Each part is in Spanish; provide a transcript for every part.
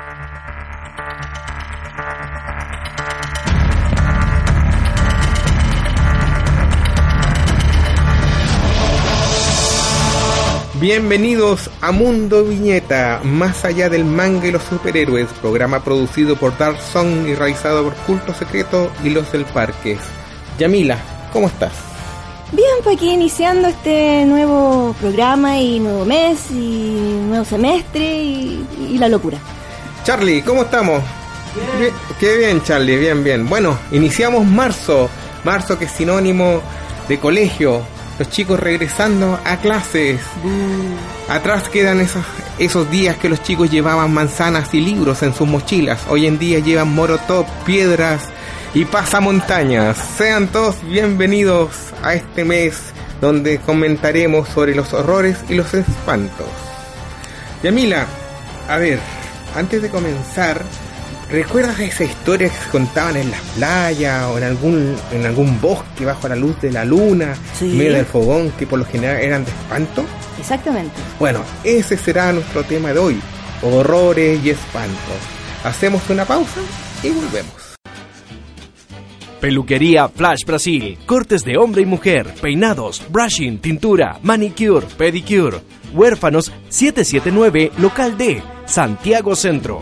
Bienvenidos a Mundo Viñeta, más allá del manga y los superhéroes, programa producido por Dark Zone y realizado por Culto Secreto y Los del Parques. Yamila, ¿cómo estás? Bien, pues aquí iniciando este nuevo programa y nuevo mes y nuevo semestre y la locura. Charlie, ¿cómo estamos? Bien. Qué bien, Charlie, bien. Bueno, iniciamos marzo que es sinónimo de colegio. Los chicos regresando a clases. Atrás quedan esos días que los chicos llevaban manzanas y libros en sus mochilas. Hoy en día llevan molotov, piedras y pasamontañas. Sean todos bienvenidos a este mes donde comentaremos sobre los horrores y los espantos. Yamila, a ver, antes de comenzar, ¿recuerdas esa historia que se contaban en las playas o en algún bosque bajo la luz de la luna, sí, en medio del fogón, que por lo general eran de espanto? Exactamente. Bueno, ese será nuestro tema de hoy, horrores y espantos. Hacemos una pausa y volvemos. Peluquería Flash Brasil, cortes de hombre y mujer, peinados, brushing, tintura, manicure, pedicure. Huérfanos 779, local D, Santiago Centro.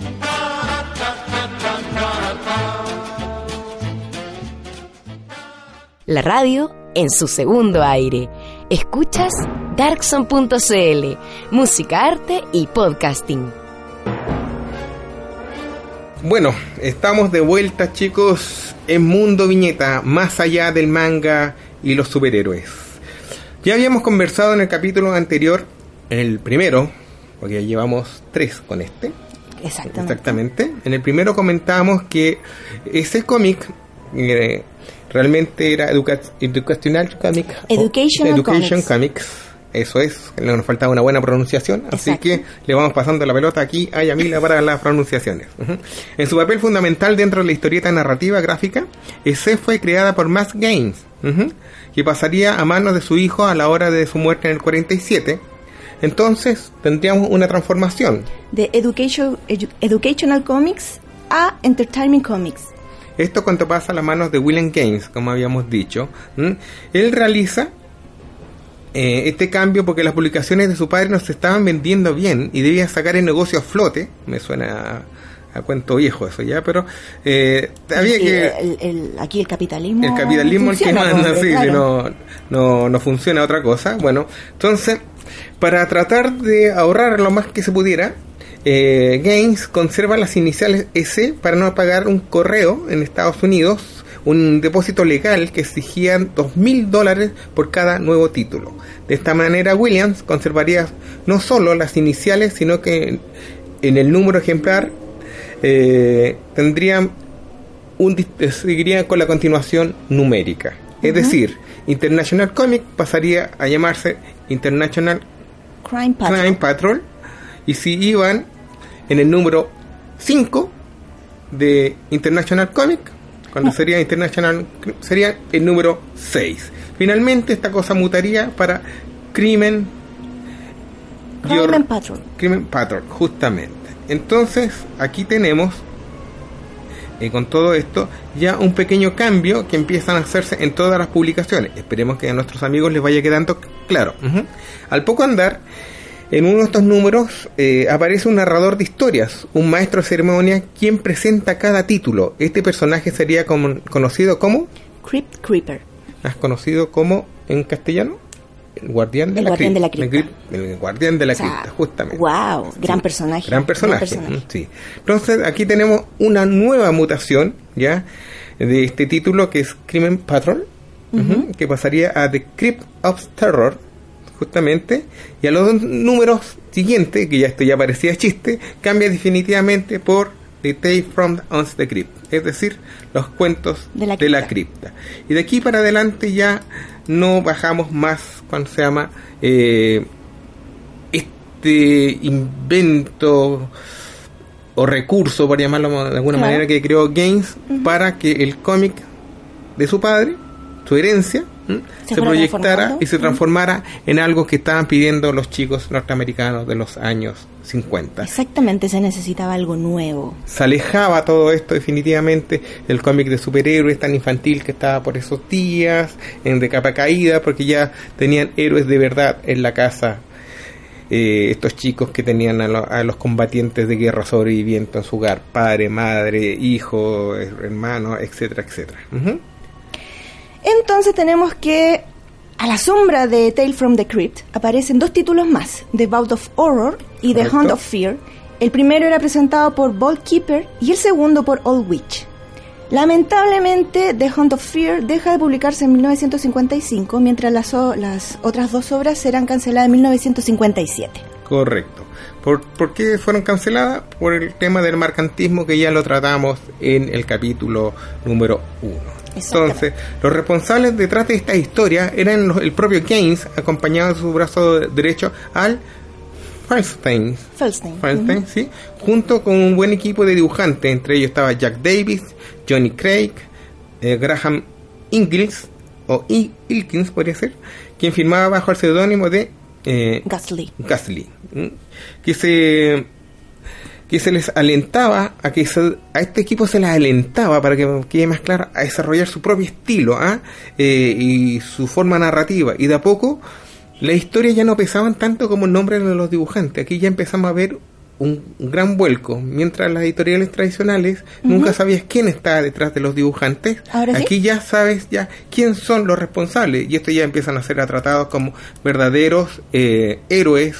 La radio en su segundo aire. Escuchas Darkson.cl, música, arte y podcasting. Bueno, estamos de vuelta, chicos, en Mundo Viñeta, más allá del manga y los superhéroes. Ya habíamos conversado en el capítulo anterior, en el primero, porque ya llevamos 3 con este. Exactamente. En el primero comentábamos que ese cómic realmente era Educational Comics. Eso es, nos faltaba una buena pronunciación. Así que le vamos pasando la pelota aquí a Yamila para las pronunciaciones. En su papel fundamental dentro de la historieta narrativa gráfica, ese fue creada por Max Gaines, que pasaría a manos de su hijo a la hora de su muerte en el 47. Entonces tendríamos una transformación de Educational Comics a Entertainment Comics. Esto cuando pasa a las manos de William Gaines, como habíamos dicho. Él realiza este cambio porque las publicaciones de su padre no se estaban vendiendo bien y debía sacar el negocio a flote. Me suena a cuento viejo eso ya, pero había que... aquí el capitalismo... El capitalismo funciona, el que manda, sí, claro. Si no funciona otra cosa. Bueno, entonces, para tratar de ahorrar lo más que se pudiera, Gaines conserva las iniciales S para no pagar un correo en Estados Unidos, un depósito legal que exigían $2,000 por cada nuevo título. De esta manera Williams conservaría no solo las iniciales, sino que en el número ejemplar seguiría con la continuación numérica. Es decir, International Comic pasaría a llamarse International Crime Patrol. Y si iban en el número 5 de International Comic, cuando sería el número 6. Finalmente esta cosa mutaría para Crime Patrol, justamente. Entonces aquí tenemos con todo esto ya un pequeño cambio que empiezan a hacerse en todas las publicaciones. Esperemos que a nuestros amigos les vaya quedando claro. Al poco andar, en uno de estos números aparece un narrador de historias, un maestro de ceremonia, quien presenta cada título. Este personaje sería conocido como... Crypt Creeper. ¿Has conocido como en castellano? El guardián de la cripta. El guardián de la cripta, justamente. ¡Wow! Gran personaje. Sí. Entonces aquí tenemos una nueva mutación ya de este título que es Crime Patrol, que pasaría a The Crypt of Terror, justamente, y a los 2 números siguientes, que esto ya parecía chiste, cambia definitivamente por The Tale from the Crypt, es decir, los cuentos de la cripta. Y de aquí para adelante ya no bajamos más, cuando se llama este invento o recurso, por llamarlo de alguna manera, que creó Gaines para que el cómic de su padre, su herencia, se proyectara y se transformara en algo que estaban pidiendo los chicos norteamericanos de los años 50. Exactamente, se necesitaba algo nuevo. Se alejaba todo esto definitivamente del cómic de superhéroes tan infantil que estaba por esos días, de capa caída, porque ya tenían héroes de verdad en la casa. Estos chicos que tenían a los combatientes de guerra sobrevivientes en su hogar, padre, madre, hijo, hermano, etcétera, etcétera. Entonces tenemos que, a la sombra de Tale from the Crypt, aparecen 2 títulos más, The Bout of Horror y The Hunt of Fear. El primero era presentado por Vault Keeper y el segundo por Old Witch. Lamentablemente, The Hunt of Fear deja de publicarse en 1955, mientras las otras 2 obras serán canceladas en 1957. Correcto. ¿Por qué fueron canceladas? Por el tema del mercantismo, que ya lo tratamos en el capítulo número 1. Entonces, los responsables detrás de esta historia eran el propio Gaines, acompañado de su brazo derecho al Feldstein, ¿sí? Junto con un buen equipo de dibujantes. Entre ellos estaba Jack Davis, Johnny Craig, Graham Inglis, o Ilkins podría ser, quien firmaba bajo el seudónimo de Ghastly, que se les alentaba a este equipo se les alentaba, para que quede más claro, a desarrollar su propio estilo y su forma narrativa, y de a poco las historias ya no pesaban tanto como el nombre de los dibujantes. Aquí ya empezamos a ver un gran vuelco. Mientras las editoriales tradicionales nunca sabías quién estaba detrás de los dibujantes, aquí ya sabes ya quién son los responsables, y esto ya empiezan a ser tratados como verdaderos héroes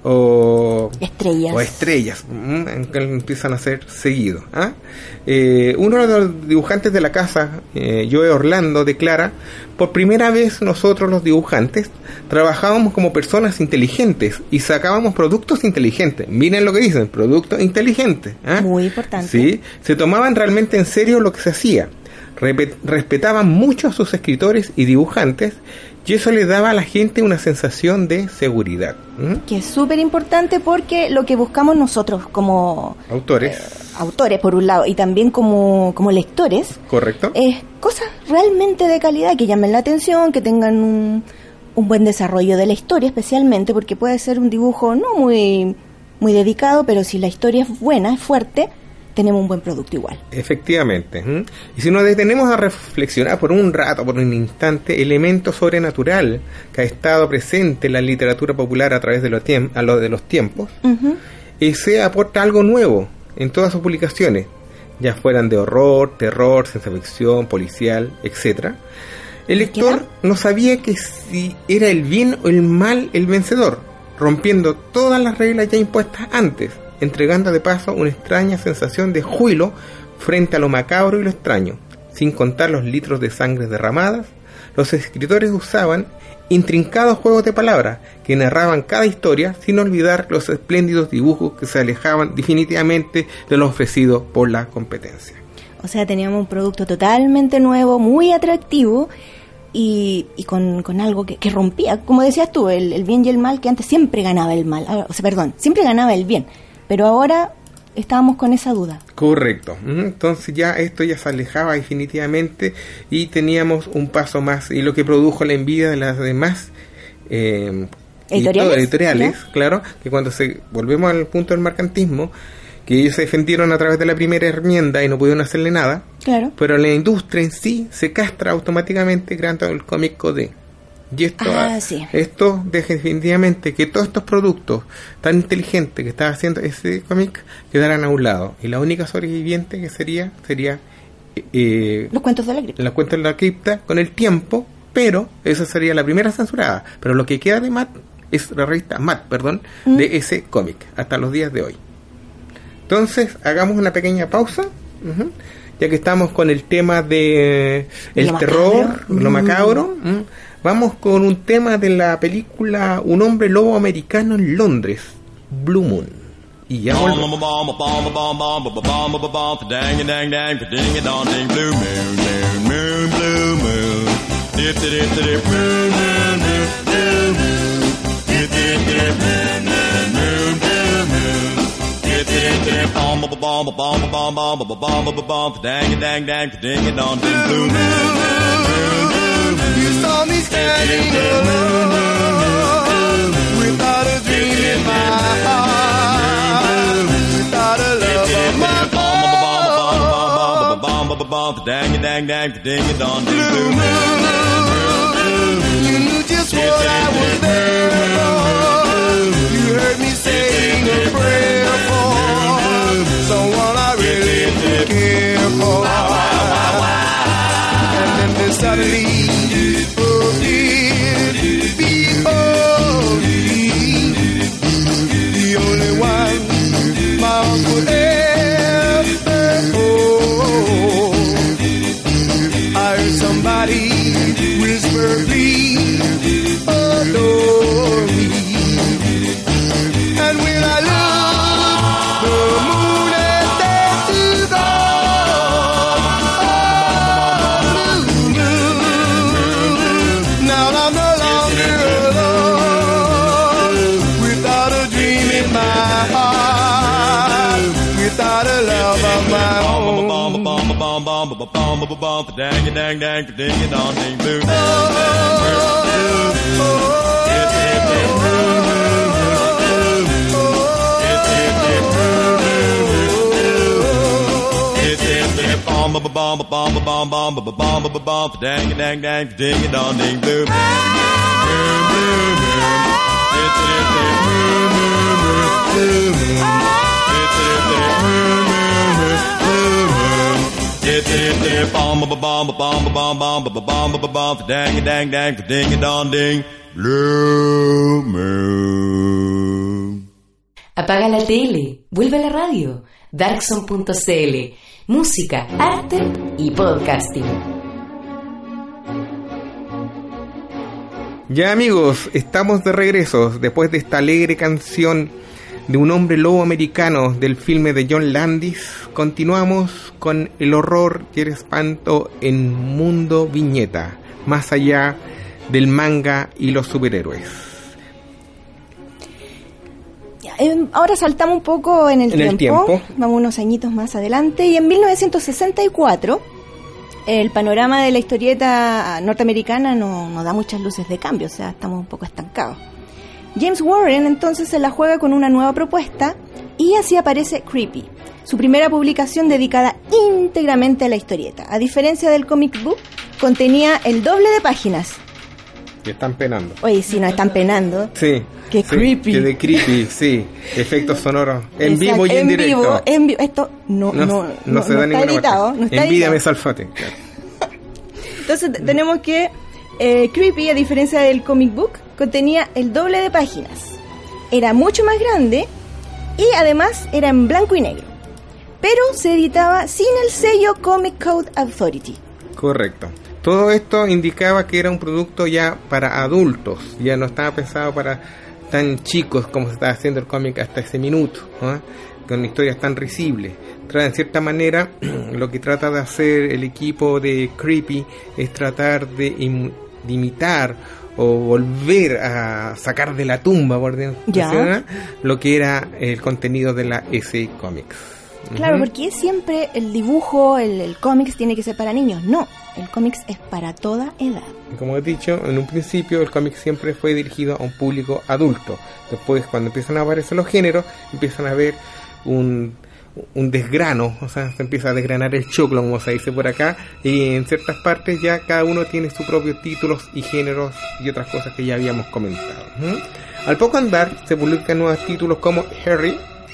o estrellas que empiezan a ser seguidos. Uno de los dibujantes de la casa, Joe Orlando, declara: por primera vez nosotros los dibujantes trabajábamos como personas inteligentes y sacábamos productos inteligentes. Miren lo que dicen, productos inteligentes. Muy importante. Sí, se tomaban realmente en serio lo que se hacía. Respetaban mucho a sus escritores y dibujantes, y eso le daba a la gente una sensación de seguridad. Que es súper importante, porque lo que buscamos nosotros como autores por un lado, y también como lectores, correcto, es cosas realmente de calidad, que llamen la atención, que tengan un buen desarrollo de la historia, especialmente porque puede ser un dibujo no muy dedicado, pero si la historia es buena, es fuerte, tenemos un buen producto igual. Efectivamente. Y si nos detenemos a reflexionar por un rato, por un instante, elemento sobrenatural que ha estado presente en la literatura popular a través de los tiempos, se aporta algo nuevo en todas sus publicaciones, ya fueran de horror, terror, ciencia ficción, policial, etcétera. El lector no sabía que si era el bien o el mal el vencedor, rompiendo todas las reglas ya impuestas antes, entregando de paso una extraña sensación de júbilo frente a lo macabro y lo extraño. Sin contar los litros de sangre derramadas, los escritores usaban intrincados juegos de palabras que narraban cada historia, sin olvidar los espléndidos dibujos que se alejaban definitivamente de lo ofrecido por la competencia. O sea, teníamos un producto totalmente nuevo, muy atractivo, y con algo que rompía, como decías tú, el bien y el mal, que antes siempre ganaba el mal, siempre ganaba el bien. Pero ahora estábamos con esa duda. Correcto. Entonces ya esto ya se alejaba definitivamente, y teníamos un paso más, y lo que produjo la envidia de las demás editoriales, claro, que cuando volvemos al punto del mercantismo, que ellos se defendieron a través de la primera enmienda y no pudieron hacerle nada, claro, pero la industria en sí se castra automáticamente creando el cómic Codé. Y esto deja definitivamente que todos estos productos tan inteligentes que estaba haciendo ese cómic quedaran a un lado, y la única sobreviviente que sería los cuentos de la cripta. Los cuentos de la cripta con el tiempo, pero esa sería la primera censurada. Pero lo que queda de Matt es la revista Matt, de ese cómic hasta los días de hoy. Entonces hagamos una pequeña pausa, ya que estamos con el tema de el terror, lo macabro. Vamos con un tema de la película Un hombre lobo americano en Londres, Blue Moon. Y ya volvemos. You saw me standing alone without a dream in my heart, without a love of my own. Dang dang dang ding dong blue moon, you knew just what I was there for. You heard me saying a prayer for someone I really care for. And then there suddenly appeared before me the only one my arms would ever hold. I heard somebody whisper, please adore me. And when I looked, the moon had dared to go. Blue moon, now I'm no longer alone, without a dream in my heart, without a love of my own. Dang dang dang ding dong ding blue. Dang dang dang ding dong ding blue. Dang dang dang ding dong ding blue moon. Apaga la tele, vuelve a la radio. Darkson.cl. Música, arte y podcasting. Ya amigos, estamos de regreso después de esta alegre canción de un hombre lobo americano del filme de John Landis. Continuamos con el horror y el espanto en mundo viñeta, más allá del manga y los superhéroes. Ahora saltamos un poco en el tiempo, vamos unos añitos más adelante, y en 1964 el panorama de la historieta norteamericana no da muchas luces de cambio, o sea, estamos un poco estancados. James Warren entonces se la juega con una nueva propuesta y así aparece Creepy, su primera publicación dedicada íntegramente a la historieta. A diferencia del comic book, contenía el doble de páginas. Que están penando. Oye, sí, nos están penando. Sí. Qué sí, creepy. Que de creepy, sí. Efectos sonoros. En Exacto, vivo y en directo. En vivo. Esto no se da está editado. No está Envídame editado. Salfate. Claro. Entonces tenemos que Creepy, a diferencia del comic book, contenía el doble de páginas. Era mucho más grande y además era en blanco y negro. Pero se editaba sin el sello Comic Code Authority. Correcto. Todo esto indicaba que era un producto ya para adultos. Ya no estaba pensado para tan chicos como se estaba haciendo el cómic hasta ese minuto, ¿no? Con historias tan risibles. En cierta manera, lo que trata de hacer el equipo de Creepy es tratar de imitar o volver a sacar de la tumba, por decirlo, lo que era el contenido de la EC Comics. Claro, porque siempre el dibujo, el cómics tiene que ser para niños. No, el cómics es para toda edad. Como he dicho, en un principio el cómic siempre fue dirigido a un público adulto. Después, cuando empiezan a aparecer los géneros, empiezan a ver un desgrano, o sea, se empieza a desgranar el choclo, como se dice por acá, y en ciertas partes ya cada uno tiene sus propios títulos y géneros y otras cosas que ya habíamos comentado. Al poco andar se publican nuevos títulos como Harry,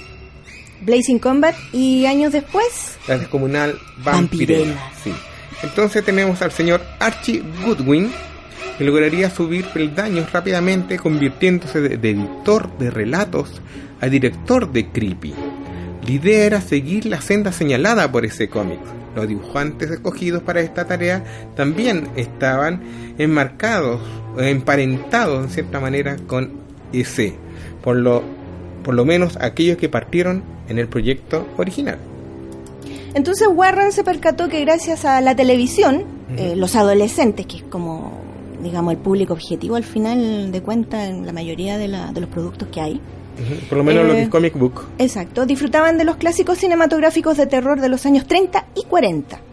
Blazing Combat y años después la descomunal Vampirella. Sí. Entonces tenemos al señor Archie Goodwin, que lograría subir peldaños rápidamente, convirtiéndose de editor de relatos a director de Creepy. La idea era seguir la senda señalada por ese cómic. Los dibujantes escogidos para esta tarea también estaban enmarcados, emparentados en cierta manera con ese, por lo menos aquellos que partieron en el proyecto original. Entonces Warren se percató que gracias a la televisión, los adolescentes, que es como, digamos, el público objetivo al final de cuentas en la mayoría de los productos que hay, por lo menos lo que es comic book. Exacto, disfrutaban de los clásicos cinematográficos de terror de los años 30 y 40.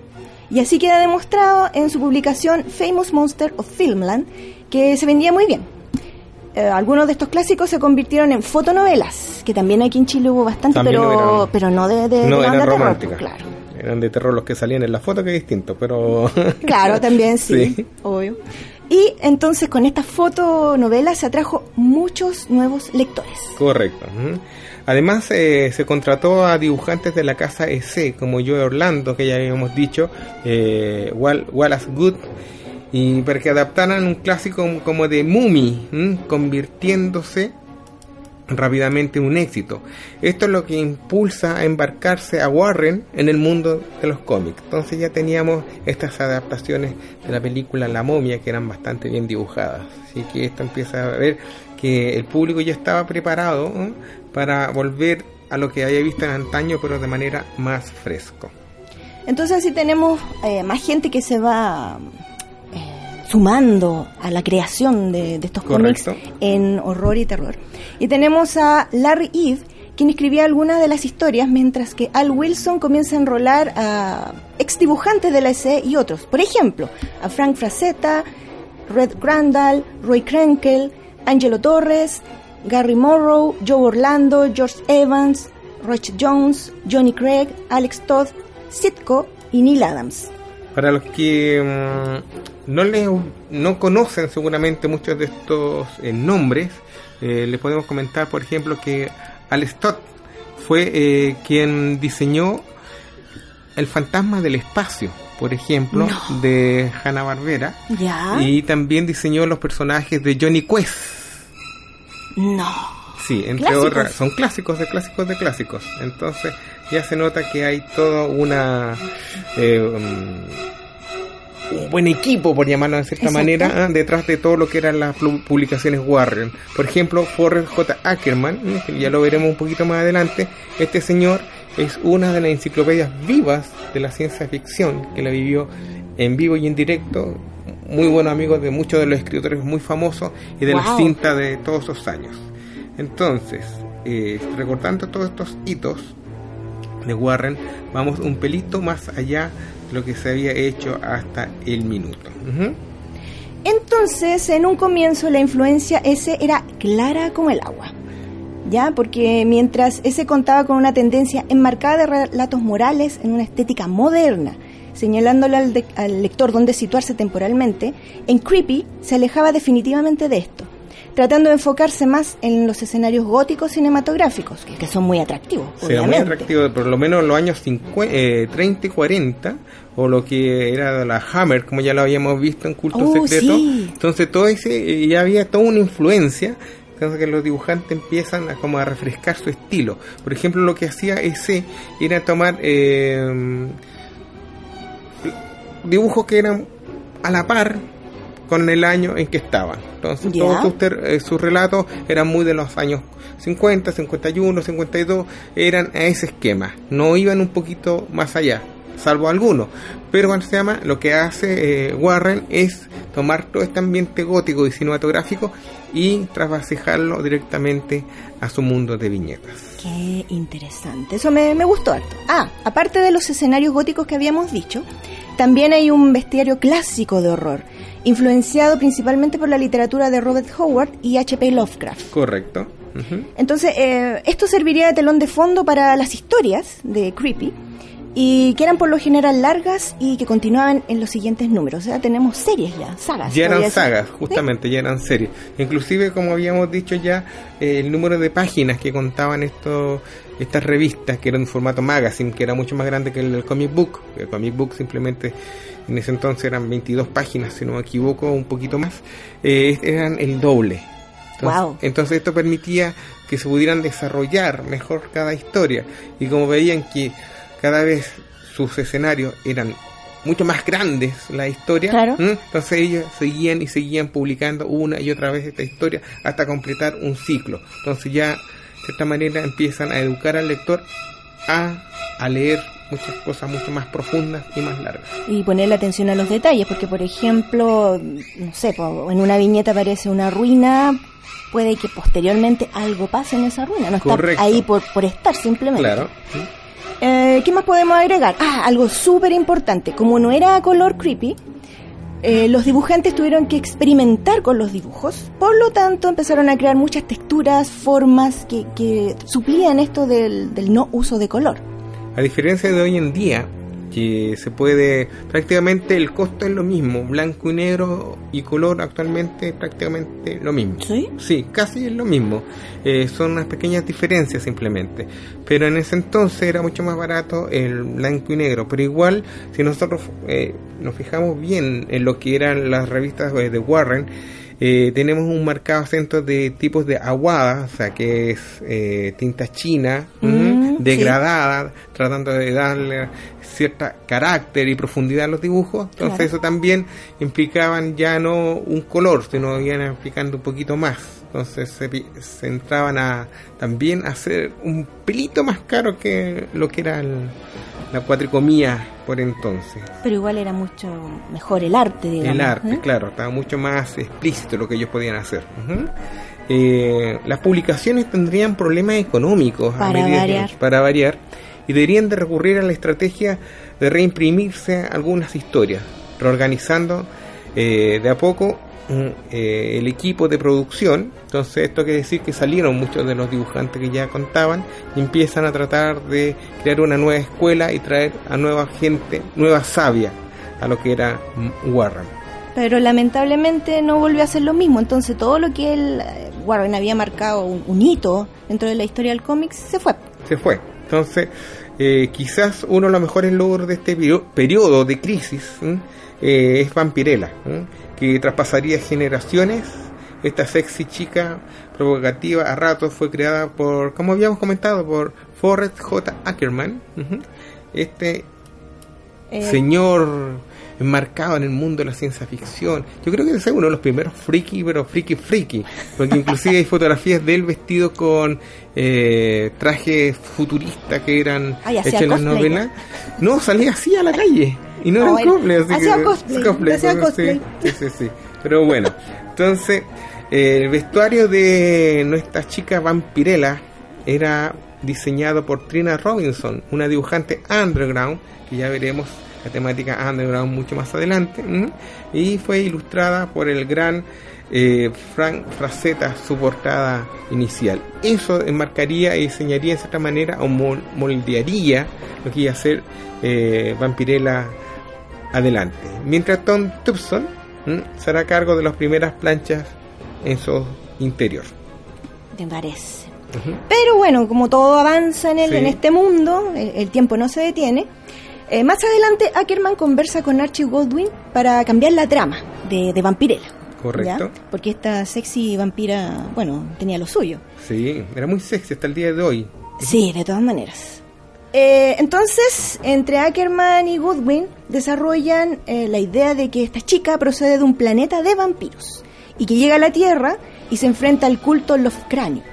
Y así queda demostrado en su publicación Famous Monster of Filmland, que se vendía muy bien. Algunos de estos clásicos se convirtieron en fotonovelas, que también aquí en Chile hubo bastante, pero no de eran románticas. Terror, claro. Eran de terror los que salían en la foto, que es distinto, pero... Claro, también sí, obvio. Y entonces con estas fotonovelas se atrajo muchos nuevos lectores. Correcto. Además se contrató a dibujantes de la casa EC, como Joe Orlando, que ya habíamos dicho, Wallace Good, y para que adaptaran un clásico como de Mummy, convirtiéndose rápidamente en un éxito. Esto es lo que impulsa a embarcarse a Warren en el mundo de los cómics. Entonces ya teníamos estas adaptaciones de la película La Momia, que eran bastante bien dibujadas. Así que esto empieza a ver que el público ya estaba preparado para volver a lo que había visto en antaño, pero de manera más fresco. Entonces así tenemos más gente que se va sumando a la creación de estos cómics en horror y terror. Y tenemos a Larry Eve, quien escribía algunas de las historias, mientras que Al Wilson comienza a enrolar a ex dibujantes de la EC y otros. Por ejemplo, a Frank Frazetta, Red Crandall, Roy Krenkel, Angelo Torres, Gary Morrow, Joe Orlando, George Evans, Roach Jones, Johnny Craig, Alex Todd, Sitko y Neil Adams. Para los que no conocen seguramente muchos de estos nombres, les podemos comentar, por ejemplo, que Alex Todd fue quien diseñó El Fantasma del Espacio, por ejemplo, de Hanna-Barbera. ¿Ya? Y también diseñó los personajes de Johnny Quest. No. Sí, entre otras, son clásicos de clásicos de clásicos. Entonces ya se nota que hay todo un buen equipo, por llamarlo de cierta manera, detrás de todo lo que eran las publicaciones Warren. Por ejemplo, Forrest J. Ackerman, que ya lo veremos un poquito más adelante. Este señor es una de las enciclopedias vivas de la ciencia ficción, que la vivió en vivo y en directo. Muy buenos amigos de muchos de los escritores muy famosos y de las cintas de todos esos años. Entonces, recordando todos estos hitos de Warren, vamos un pelito más allá de lo que se había hecho hasta el minuto. Entonces, en un comienzo la influencia ese era clara como el agua, ¿ya? Porque mientras ese contaba con una tendencia enmarcada de relatos morales en una estética moderna, señalándole al lector dónde situarse temporalmente, en Creepy se alejaba definitivamente de esto, tratando de enfocarse más en los escenarios góticos cinematográficos, que son muy atractivos, obviamente. Muy atractivos, por lo menos en los años 30 y 40, o lo que era la Hammer, como ya lo habíamos visto en Culto Secreto. Sí. Entonces todo ese, ya había toda una influencia, entonces que los dibujantes empiezan a refrescar su estilo. Por ejemplo, lo que hacía ese era tomar dibujos que eran a la par con el año en que estaban. Entonces todos sus relatos eran muy de los años 50, 51, 52, eran a ese esquema, no iban un poquito más allá, salvo algunos. Pero lo que hace Warren es tomar todo este ambiente gótico y cinematográfico y trasvasejarlo directamente a su mundo de viñetas. Qué interesante, eso me gustó harto. Aparte de los escenarios góticos que habíamos dicho, también hay un bestiario clásico de horror, influenciado principalmente por la literatura de Robert Howard y H.P. Lovecraft. Correcto. Entonces, esto serviría de telón de fondo para las historias de Creepy, y que eran por lo general largas y que continuaban en los siguientes números. O sea, tenemos series ya, sagas. Ya eran sagas, justamente, ¿sí? Ya eran series. Inclusive, como habíamos dicho ya, el número de páginas que contaban estas revistas, que eran en formato magazine, que era mucho más grande que el comic book. El comic book simplemente en ese entonces eran 22 páginas, si no me equivoco, un poquito más. Eran el doble. Entonces esto permitía que se pudieran desarrollar mejor cada historia. Y como veían que cada vez sus escenarios eran mucho más grandes, la historia, entonces ellos seguían publicando una y otra vez esta historia hasta completar un ciclo. Entonces ya de cierta manera empiezan a educar al lector a leer muchas cosas mucho más profundas y más largas. Y ponerle atención a los detalles, porque por ejemplo, no sé, en una viñeta aparece una ruina, puede que posteriormente algo pase en esa ruina, no está ahí por estar simplemente. Claro. ¿Qué más podemos agregar? Algo súper importante. Como no era color creepy, los dibujantes tuvieron que experimentar con los dibujos. Por lo tanto, empezaron a crear muchas texturas, formas que suplían esto del no uso de color. A diferencia de hoy en día, que se puede, prácticamente el costo es lo mismo, blanco y negro y color actualmente prácticamente lo mismo. ¿Sí? Sí, casi es lo mismo. Son unas pequeñas diferencias simplemente. Pero en ese entonces era mucho más barato el blanco y negro. Pero igual, si nosotros nos fijamos bien en lo que eran las revistas de Warren, tenemos un marcado acento de tipos de aguada, o sea que es tinta china, degradada, sí, tratando de darle cierta carácter y profundidad a los dibujos. Entonces claro, eso también implicaban ya no un color, sino iban implicando un poquito más. Entonces se entraban a también a hacer un pelito más caro que lo que era la cuatricomía por entonces. Pero igual era mucho mejor el arte, digamos. El arte, claro, estaba mucho más explícito lo que ellos podían hacer. Las publicaciones tendrían problemas económicos para variar, y deberían de recurrir a la estrategia de reimprimirse algunas historias, reorganizando de a poco el equipo de producción. Entonces esto quiere decir que salieron muchos de los dibujantes que ya contaban y empiezan a tratar de crear una nueva escuela y traer a nueva gente, nueva savia a lo que era Warren. Pero lamentablemente no volvió a ser lo mismo. Entonces todo lo que Warren había marcado un hito dentro de la historia del cómic se fue. Entonces quizás uno de los mejores logros de este periodo de crisis es Vampirella, que traspasaría generaciones. Esta sexy chica provocativa a ratos fue creada por, como habíamos comentado, por Forrest J. Ackerman, señor enmarcado en el mundo de la ciencia ficción. Yo creo que es uno de los primeros friki, pero friki, porque inclusive hay fotografías de él vestido con trajes futuristas que eran hechos en las novelas. No, salía así a la calle y no era un cosplay, así hacía cosplay. Sí. Pero bueno, entonces el vestuario de nuestra chica Vampirella era diseñado por Trina Robinson, una dibujante underground, que ya veremos la temática underground mucho más adelante, y fue ilustrada por el gran Frank Frazetta, su portada inicial. Eso enmarcaría y diseñaría de cierta manera o moldearía lo que iba a ser Vampirella adelante, mientras Tom Thompson se hará cargo de las primeras planchas en su interior. Me parece. Pero bueno, como todo avanza en este mundo, el tiempo no se detiene. Más adelante Ackerman conversa con Archie Goldwyn para cambiar la trama de Vampirella. Correcto. ¿Ya? Porque esta sexy vampira, tenía lo suyo. Sí, era muy sexy hasta el día de hoy. Sí, de todas maneras. Entonces, entre Ackerman y Goodwin desarrollan la idea de que esta chica procede de un planeta de vampiros y que llega a la Tierra y se enfrenta al culto Lovecraftiano,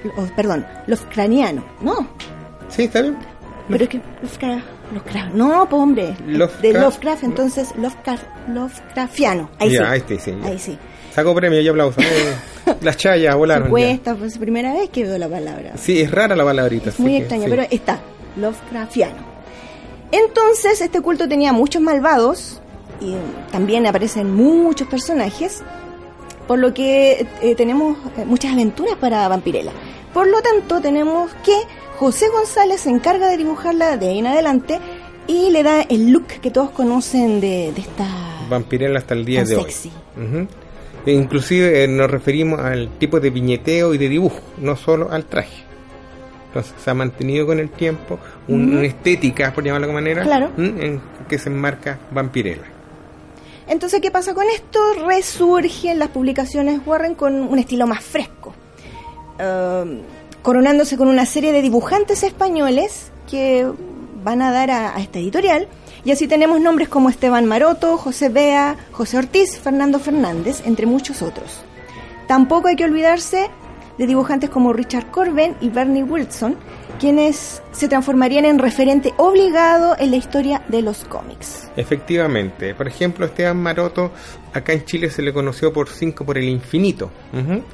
¿no? Sí, está bien. Pero es que Lovecraft, no, pues hombre, de Lovecraft, entonces Lovecraftiano. Ahí sí. Sacó premio y aplausos. Las chayas volaron. Esta fue la primera vez que veo la palabra. Sí, es rara la palabrita. Es muy extraña, pero está. Lovecraftiano. Entonces este culto tenía muchos malvados y también aparecen muchos personajes, por lo que tenemos muchas aventuras para Vampirella. Por lo tanto tenemos que José González se encarga de dibujarla de ahí en adelante y le da el look que todos conocen de esta Vampirella hasta el día de sexy. Hoy. Inclusive nos referimos al tipo de viñeteo y de dibujo, no solo al traje. Entonces se ha mantenido con el tiempo una estética, por llamarlo de alguna manera, claro, en que se enmarca Vampirella. Entonces, ¿qué pasa con esto? Resurgen las publicaciones Warren con un estilo más fresco, coronándose con una serie de dibujantes españoles que van a dar a esta editorial. Y así tenemos nombres como Esteban Maroto, José Bea, José Ortiz, Fernando Fernández, entre muchos otros. Tampoco hay que olvidarse de dibujantes como Richard Corben y Bernie Wilson, quienes se transformarían en referente obligado en la historia de los cómics. Efectivamente. Por ejemplo, Esteban Maroto, acá en Chile se le conoció por 5 por el infinito.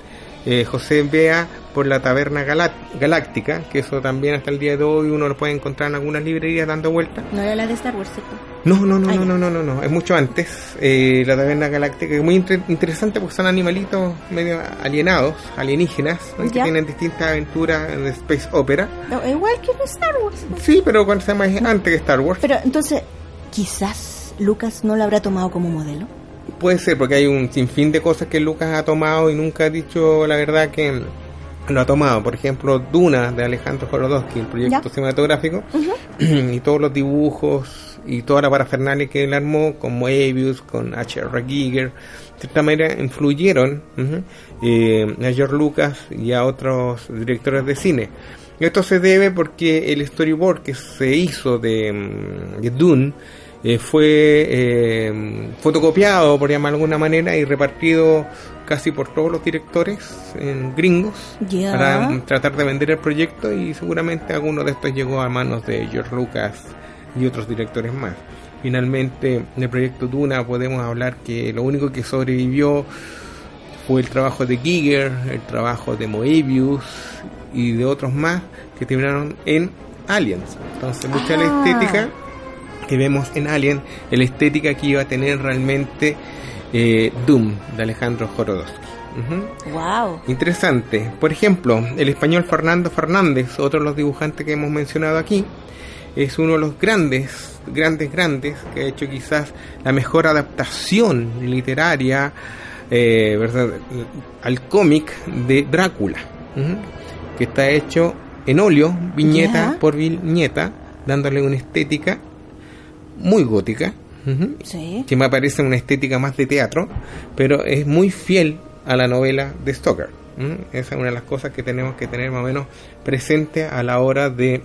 José Bea por la Taberna Galáctica, que eso también hasta el día de hoy uno lo puede encontrar en algunas librerías dando vueltas. No era la de Star Wars, ¿cierto? No, es mucho antes. La Taberna Galáctica es muy interesante porque son animalitos medio alienígenas, ¿no? Que tienen distintas aventuras en Space Opera. No, igual que en Star Wars. Sí, pero cuando se llama antes que Star Wars. Pero entonces, quizás Lucas no lo habrá tomado como modelo. Puede ser, porque hay un sinfín de cosas que Lucas ha tomado y nunca ha dicho la verdad que lo ha tomado. Por ejemplo, Duna de Alejandro Jodorowsky, el proyecto cinematográfico, y todos los dibujos y toda la parafernalia que él armó con Moebius, con H.R. Giger, de cierta manera influyeron a George Lucas y a otros directores de cine. Esto se debe porque el storyboard que se hizo de Dune fue fotocopiado, por llamarlo de alguna manera, y repartido casi por todos los directores gringos para tratar de vender el proyecto, y seguramente alguno de estos llegó a manos de George Lucas y otros directores más. Finalmente, en el proyecto Duna podemos hablar que lo único que sobrevivió fue el trabajo de Giger, el trabajo de Moebius y de otros más que terminaron en Aliens. Entonces, mucha de la estética que vemos en Alien, la estética que iba a tener realmente Doom de Alejandro Jodorowsky. Wow. Interesante. Por ejemplo, el español Fernando Fernández, otro de los dibujantes que hemos mencionado aquí, es uno de los grandes que ha hecho quizás la mejor adaptación literaria ¿verdad? Al cómic de Drácula, que está hecho en óleo, viñeta por viñeta, dándole una estética muy gótica, que me parece una estética más de teatro, pero es muy fiel a la novela de Stoker. Esa es una de las cosas que tenemos que tener más o menos presente a la hora de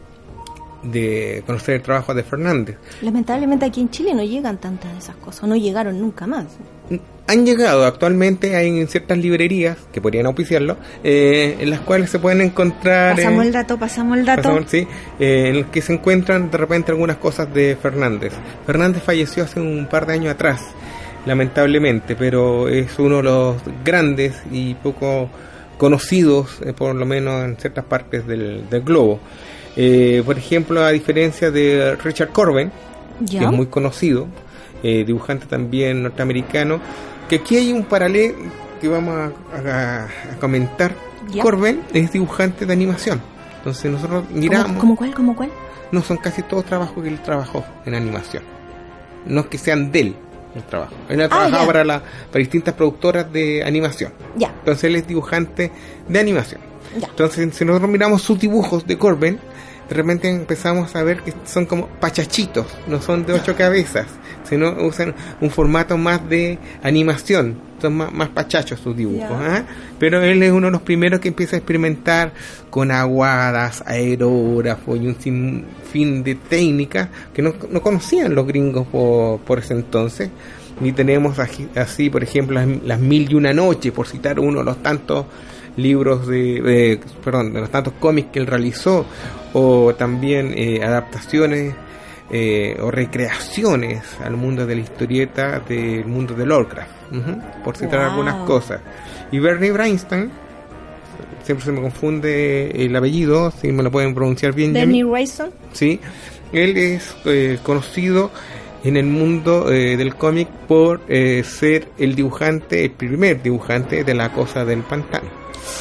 conocer el trabajo de Fernández. Lamentablemente aquí en Chile no llegan tantas de esas cosas, no llegaron nunca más. Han llegado, actualmente hay en ciertas librerías que podrían auspiciarlo, en las cuales se pueden encontrar... Pasamos el dato. Sí, en el que se encuentran de repente algunas cosas de Fernández. Fernández falleció hace un par de años atrás, lamentablemente, pero es uno de los grandes y poco conocidos, por lo menos en ciertas partes del globo. Por ejemplo, a diferencia de Richard Corben, que es muy conocido, dibujante también norteamericano, que aquí hay un paralelo que vamos a comentar. Corben es dibujante de animación, entonces nosotros miramos... ¿Cómo cuál? No, son casi todos trabajos que él trabajó en animación, no que sean de él el trabajo. Él ha trabajado para distintas productoras de animación, entonces él es dibujante de animación. Entonces, si nosotros miramos sus dibujos de Corben, de repente empezamos a ver que son como pachachitos, no son de 8 cabezas, sino usan un formato más de animación, son más pachachos sus dibujos. Pero él es uno de los primeros que empieza a experimentar con aguadas, aerógrafos y un sinfín de técnicas que no conocían los gringos por ese entonces. Y tenemos así, por ejemplo, las 1001 noches, por citar uno de los tantos libros de los tantos cómics que él realizó, o también adaptaciones o recreaciones al mundo de la historieta del mundo de Lovecraft, por citar algunas cosas. Y Bernie Wrightson, siempre se me confunde el apellido, si me lo pueden pronunciar bien. Bernie Wrightson. Sí, él es conocido en el mundo del cómic por ser el primer dibujante de La Cosa del Pantano.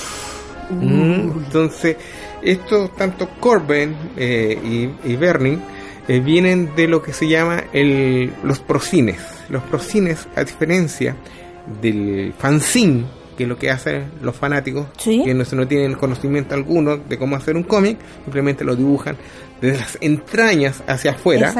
Entonces, estos, tanto Corben y Bernie, vienen de lo que se llama los procines. Los procines, a diferencia del fanzine, que es lo que hacen los fanáticos, que no tienen conocimiento alguno de cómo hacer un cómic, simplemente lo dibujan desde las entrañas hacia afuera.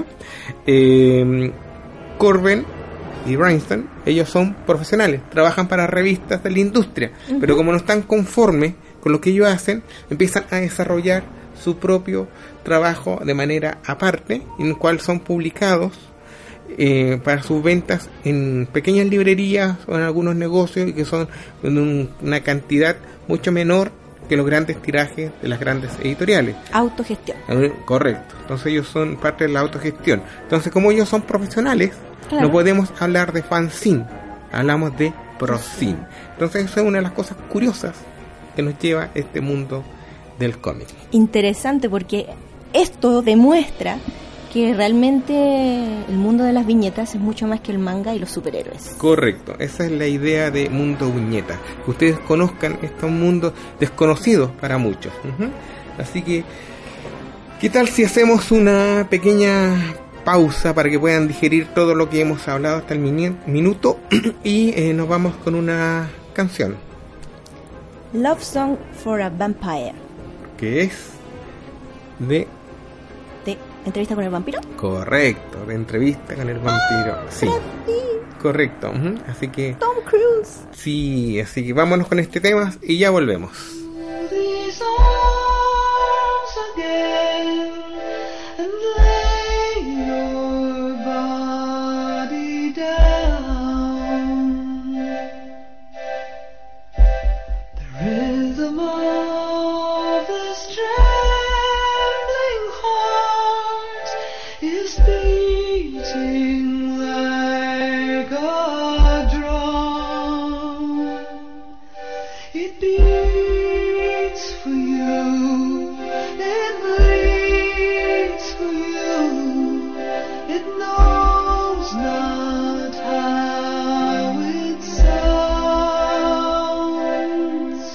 Corben y Wrightson, ellos son profesionales, trabajan para revistas de la industria, pero como no están conformes con lo que ellos hacen, empiezan a desarrollar su propio trabajo de manera aparte, en el cual son publicados para sus ventas en pequeñas librerías o en algunos negocios, y que son en una cantidad mucho menor que los grandes tirajes de las grandes editoriales. Autogestión. Correcto. Entonces ellos son parte de la autogestión. Entonces, como ellos son profesionales, no podemos hablar de fanzine, hablamos de Prosin. Entonces esa es una de las cosas curiosas que nos lleva este mundo del cómic. Interesante, porque esto demuestra que realmente el mundo de las viñetas es mucho más que el manga y los superhéroes. Correcto, esa es la idea de mundo viñeta, que ustedes conozcan estos mundos desconocidos para muchos. Así que, ¿qué tal si hacemos una pequeña pausa para que puedan digerir todo lo que hemos hablado hasta el minuto y nos vamos con una canción? Love Song for a Vampire. Que es de ¿Entrevista con el vampiro? Correcto, de entrevista con el vampiro. Sí, correcto. Así que Tom Cruise. sí, así que vámonos con este tema y ya volvemos. These arms again and lay your body down. The rhythm of this trembling heart is beating like a drum. It beats for you, it bleeds for you, it knows not how it sounds,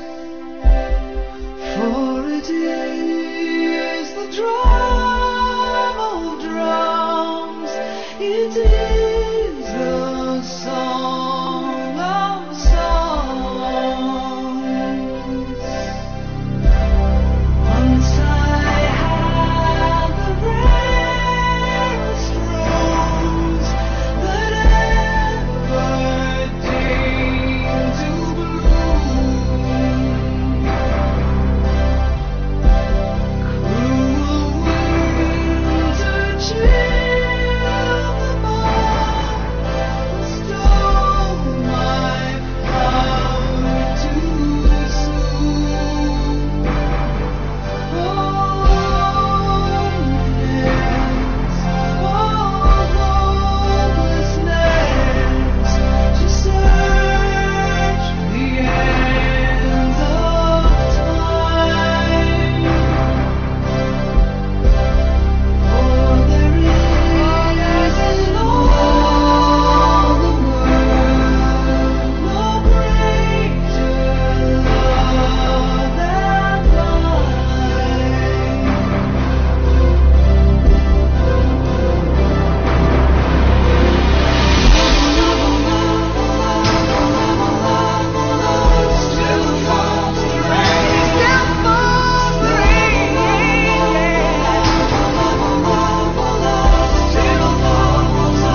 for it is the drum of drums, it is the song of songs. Once I had the rarest rose that ever deigned to bloom. Cruel winter chilled the bark, stole my flower too soon. Hopelessness, to search the ends of time. For there is in all the world no greater love than mine. Still falls the rain, still falls the rain, still falls the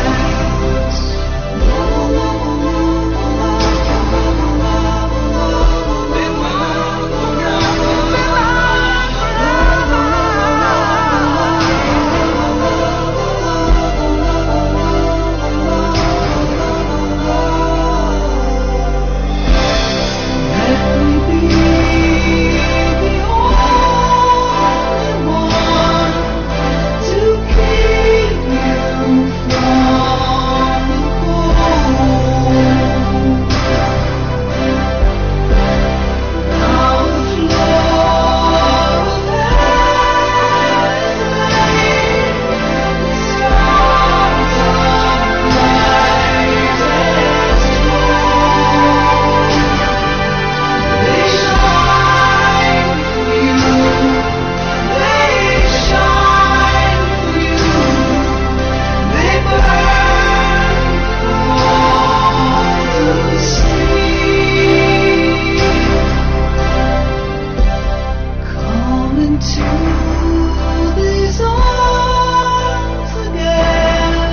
Let me be the only one to keep you from the cold. Now the floor of heaven is laid, the stars are brightest gold. They shine for you, they shine for you, they burn for all to see. Come into these arms again,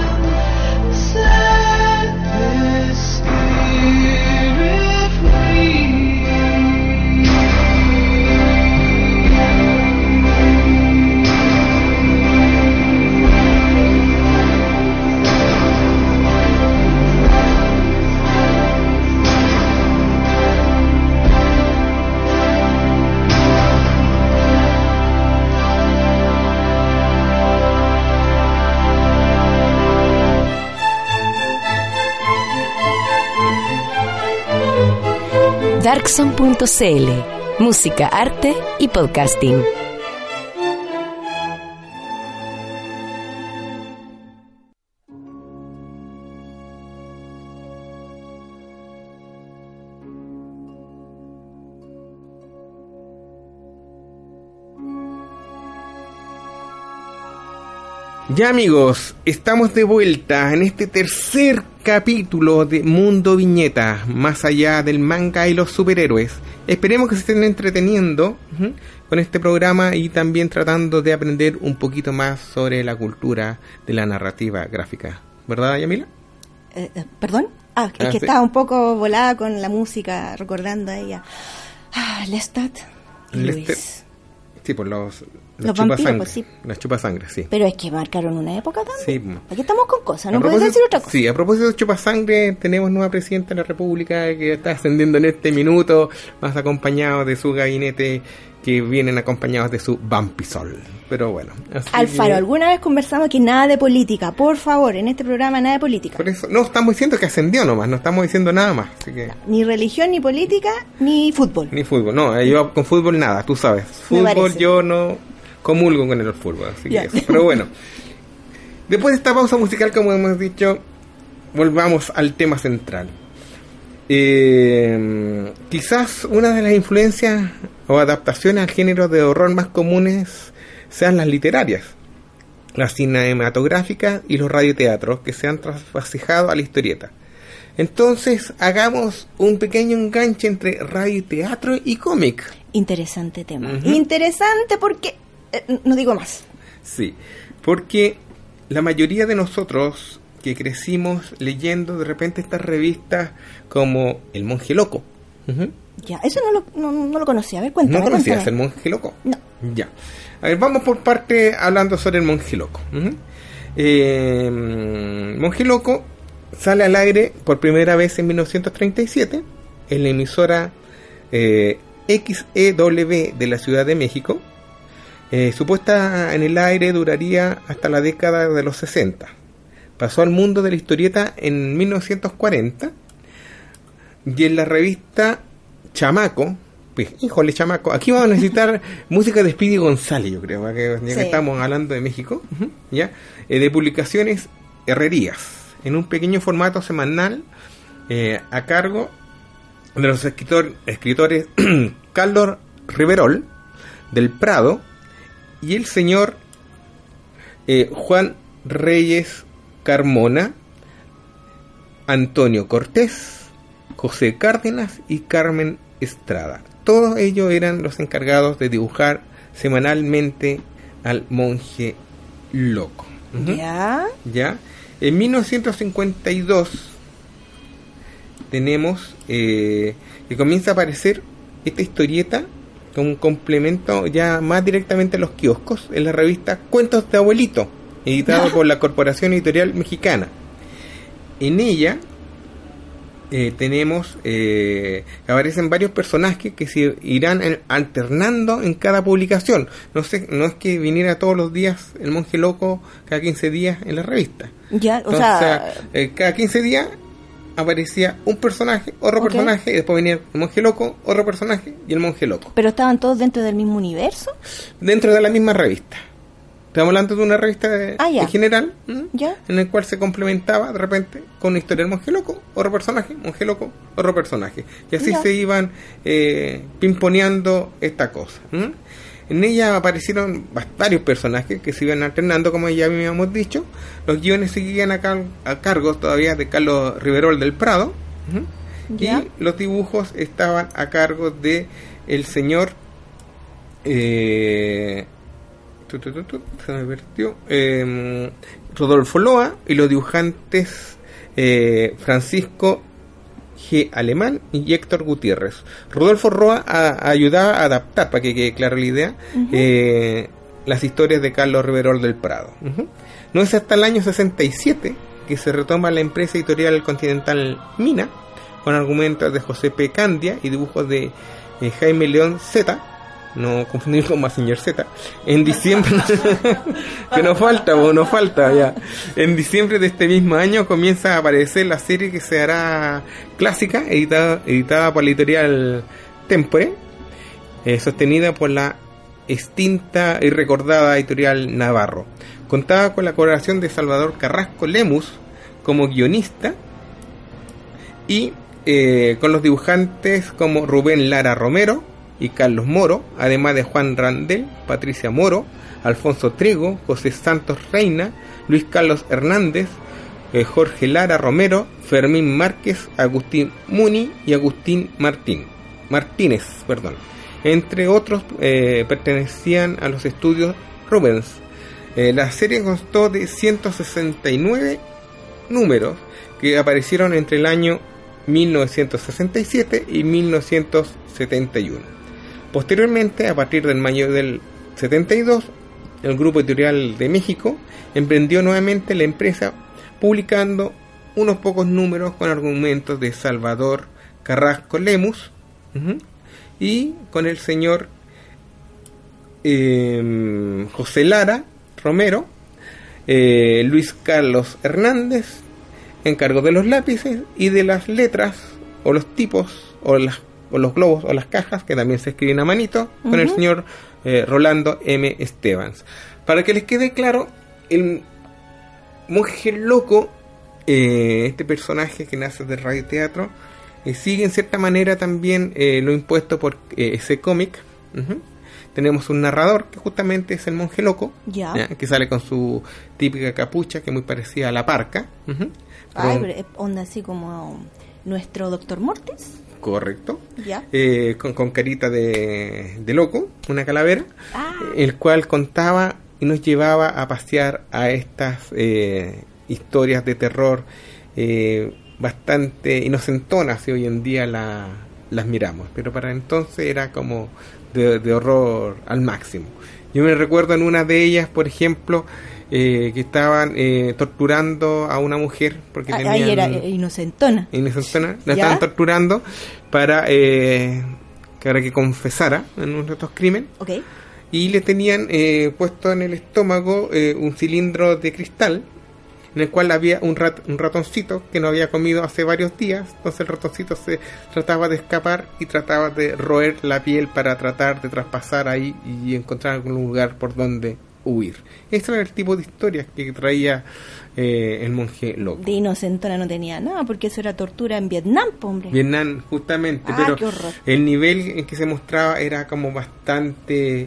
set this spirit free. Darkson.cl. Música, arte y podcasting. Ya amigos, estamos de vuelta en este tercer capítulo de Mundo Viñeta, más allá del manga y los superhéroes. Esperemos que se estén entreteniendo con este programa y también tratando de aprender un poquito más sobre la cultura de la narrativa gráfica. ¿Verdad, Yamila? ¿Perdón? Es que sí. estaba un poco volada con la música, recordando a ella. Lestat y Luis. Sí, por los vampiros, chupasangre. pues, sí. Las chupasangre, sí. Pero es que marcaron una época también. Sí. Aquí estamos con cosas, no A puedes propósito- decir otra cosa. Sí, a propósito de chupasangre, tenemos nueva presidenta de la República que está ascendiendo en este minuto, más acompañado de su gabinete, que vienen acompañados de su vampisol. Pero bueno. así Alfaro, que- alguna vez conversamos que nada de política, por favor, en este programa nada de política. Por eso, no estamos diciendo que ascendió nomás, no estamos diciendo nada más. Así que, Ni religión, ni política, ni fútbol. ni fútbol, no, yo con fútbol nada, tú sabes. Me Fútbol parece. yo no comulgo con el fútbol, así que Ya. eso. Pero bueno, después de esta pausa musical, como hemos dicho, volvamos al tema central. Quizás una de las influencias o adaptaciones al género de horror más comunes sean las literarias, las cinematográficas y los radioteatros que se han trasvasijado a la historieta. Entonces hagamos un pequeño enganche entre radioteatro y cómic. Interesante tema. Ujú. Interesante porque... no digo más. Sí, porque la mayoría de nosotros que crecimos leyendo de repente estas revistas como El Monje Loco. Ujú. Ya, eso no lo conocía. A ver, cuéntame. ¿No conocías El cuéntame. Monje Loco? No. Ya. A ver, vamos por parte hablando sobre El Monje Loco. Ujú. Monje Loco sale al aire por primera vez en 1937 en la emisora XEW de la Ciudad de México. Su puesta en el aire duraría hasta la década de los 60. Pasó al mundo de la historieta en 1940 y en la revista Chamaco, pues, híjole Chamaco, aquí vamos a necesitar música de Speedy González, yo creo, ya que Sí. estamos hablando de México, ya, de publicaciones Herrerías, en un pequeño formato semanal a cargo de los escritores Carlos Riverol del Prado y el señor Juan Reyes Carmona, Antonio Cortés, José Cárdenas y Carmen Estrada. Todos ellos eran los encargados de dibujar semanalmente al Monje Loco. Ujú. Ya. Ya. En 1952 tenemos que comienza a aparecer esta historieta como un complemento ya más directamente a los kioscos en la revista Cuentos de Abuelito, editado por la Corporación Editorial Mexicana. En ella tenemos aparecen varios personajes que se irán alternando en cada publicación. No es que viniera todos los días el Monje Loco cada 15 días en la revista. Ya, o Entonces, sea... cada 15 días aparecía un personaje, otro Ok. personaje, y después venía el Monje Loco, otro personaje y el Monje Loco. ¿Pero estaban todos dentro del mismo universo? Dentro de la misma revista. Estamos hablando de una revista Ya. en general, Ya. en el cual se complementaba de repente con una historia del Monje Loco, otro personaje, Monje Loco, otro personaje. Y así Ya. se iban pimponeando esta cosa. En ella aparecieron varios personajes que se iban alternando, como ya habíamos dicho. Los guiones seguían a cargo todavía de Carlos Riverol del Prado. Ya. Y los dibujos estaban a cargo de el señor... se me perdió. Rodolfo Loa y los dibujantes Francisco G. Alemán y Héctor Gutiérrez. Rodolfo Roa ayudaba a adaptar, para que quede clara la idea, las historias de Carlos Riverol del Prado. No es hasta el año 67 que se retoma la empresa editorial Continental Mina, con argumentos de José P. Candia y dibujos de Jaime León Z, no confundir con Mazinger Z, en diciembre, que nos falta ya, en diciembre de este mismo año comienza a aparecer la serie que se hará clásica, editada por la editorial Tempore, sostenida por la extinta y recordada editorial Navarro. Contaba con la colaboración de Salvador Carrasco Lemus como guionista y con los dibujantes como Rubén Lara Romero y Carlos Moro, además de Juan Randel, Patricia Moro, Alfonso Trigo, José Santos Reina, Luis Carlos Hernández, Jorge Lara Romero, Fermín Márquez, Agustín Muni y Agustín Martínez, entre otros pertenecían a los estudios Rubens. La serie constó de 169 números que aparecieron entre el año 1967 y 1971. Posteriormente, a partir del mayo del 72, el Grupo Editorial de México emprendió nuevamente la empresa, publicando unos pocos números con argumentos de Salvador Carrasco Lemus y con el señor José Lara Romero, Luis Carlos Hernández, encargo de los lápices y de las letras o los tipos o los globos o las cajas que también se escriben a manito, con el señor Rolando M. Estevans. Para que les quede claro, el monje loco, este personaje que nace del radioteatro, sigue en cierta manera también lo impuesto por ese cómic. Tenemos un narrador que justamente es el monje loco, ¿ya? Que sale con su típica capucha que es muy parecida a la parca. Pero onda así como nuestro Doctor Mortis. Correcto. ¿Ya? Con carita de loco, una calavera, el cual contaba y nos llevaba a pasear a estas historias de terror bastante inocentonas, si hoy en día las miramos, pero para entonces era como de horror al máximo. Yo me recuerdo en una de ellas, por ejemplo, que estaban torturando a una mujer porque tenían... Ahí era inocentona. La estaban torturando para que confesara en uno de estos crímenes. Okay. Y le tenían puesto en el estómago un cilindro de cristal en el cual había un ratoncito que no había comido hace varios días. Entonces el ratoncito se trataba de escapar y trataba de roer la piel para tratar de traspasar ahí y encontrar algún lugar por donde huir. Ese era el tipo de historias que traía el monje loco. De inocentona no tenía nada, porque eso era tortura en Vietnam, hombre. Vietnam, justamente, pero qué horror. El nivel en que se mostraba era como bastante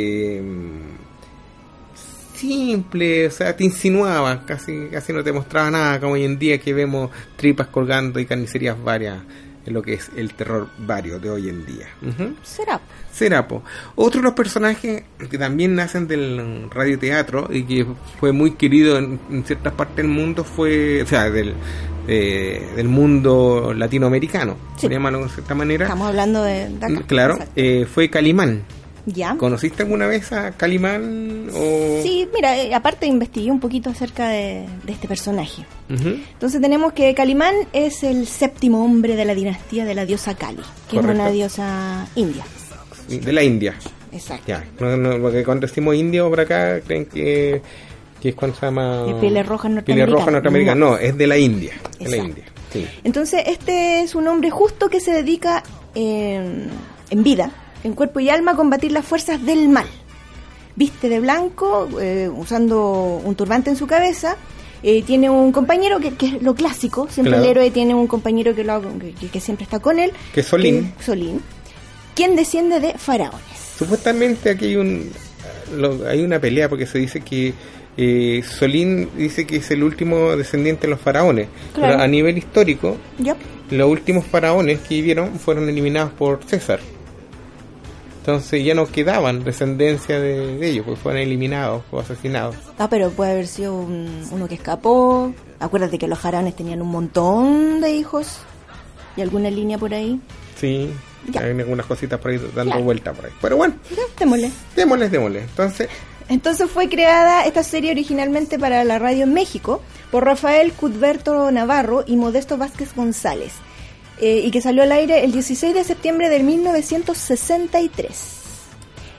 simple, o sea, te insinuaba, casi no te mostraba nada, como hoy en día que vemos tripas colgando y carnicerías varias, en lo que es el terror vario de hoy en día. Serapo. Otro de los personajes que también nacen del radioteatro y que fue muy querido en ciertas partes del mundo fue, o sea, del mundo latinoamericano, por llamarlo de cierta manera. Estamos hablando de acá. Claro, fue Calimán. ¿Ya? ¿Conociste alguna vez a Calimán? Sí, mira, aparte investigué un poquito acerca de este personaje. Entonces tenemos que Calimán es el séptimo hombre de la dinastía de la diosa Kali, que Correcto. es una diosa india. De la India. Exacto. Ya, no, porque cuando decimos indio por acá creen que es cuando se llama... Pieles rojas Pieles rojas norteamericanas. No. No, es de la India. De la Exacto. India. Sí. Entonces este es un hombre justo que se dedica en vida, en cuerpo y alma, a combatir las fuerzas del mal. Viste de blanco, usando un turbante en su cabeza. Tiene un compañero que es lo clásico, siempre Claro. el héroe tiene un compañero que siempre está con él, Que es Solín. Quien desciende de faraones. Supuestamente aquí hay una pelea porque se dice que Solín dice que es el último descendiente de los faraones. Claro. Pero a nivel histórico, Yep. los últimos faraones que vivieron fueron eliminados por César. Entonces ya no quedaban descendencia de ellos, porque fueron eliminados o asesinados. Pero puede haber sido uno que escapó. Acuérdate que los faraones tenían un montón de hijos. ¿Y alguna línea por ahí? Sí, Ya. hay algunas cositas por ahí dando Claro. vuelta por ahí. Pero bueno, Ya, démosle. Entonces, fue creada esta serie originalmente para la radio en México por Rafael Cuthberto Navarro y Modesto Vázquez González, y que salió al aire el 16 de septiembre de 1963.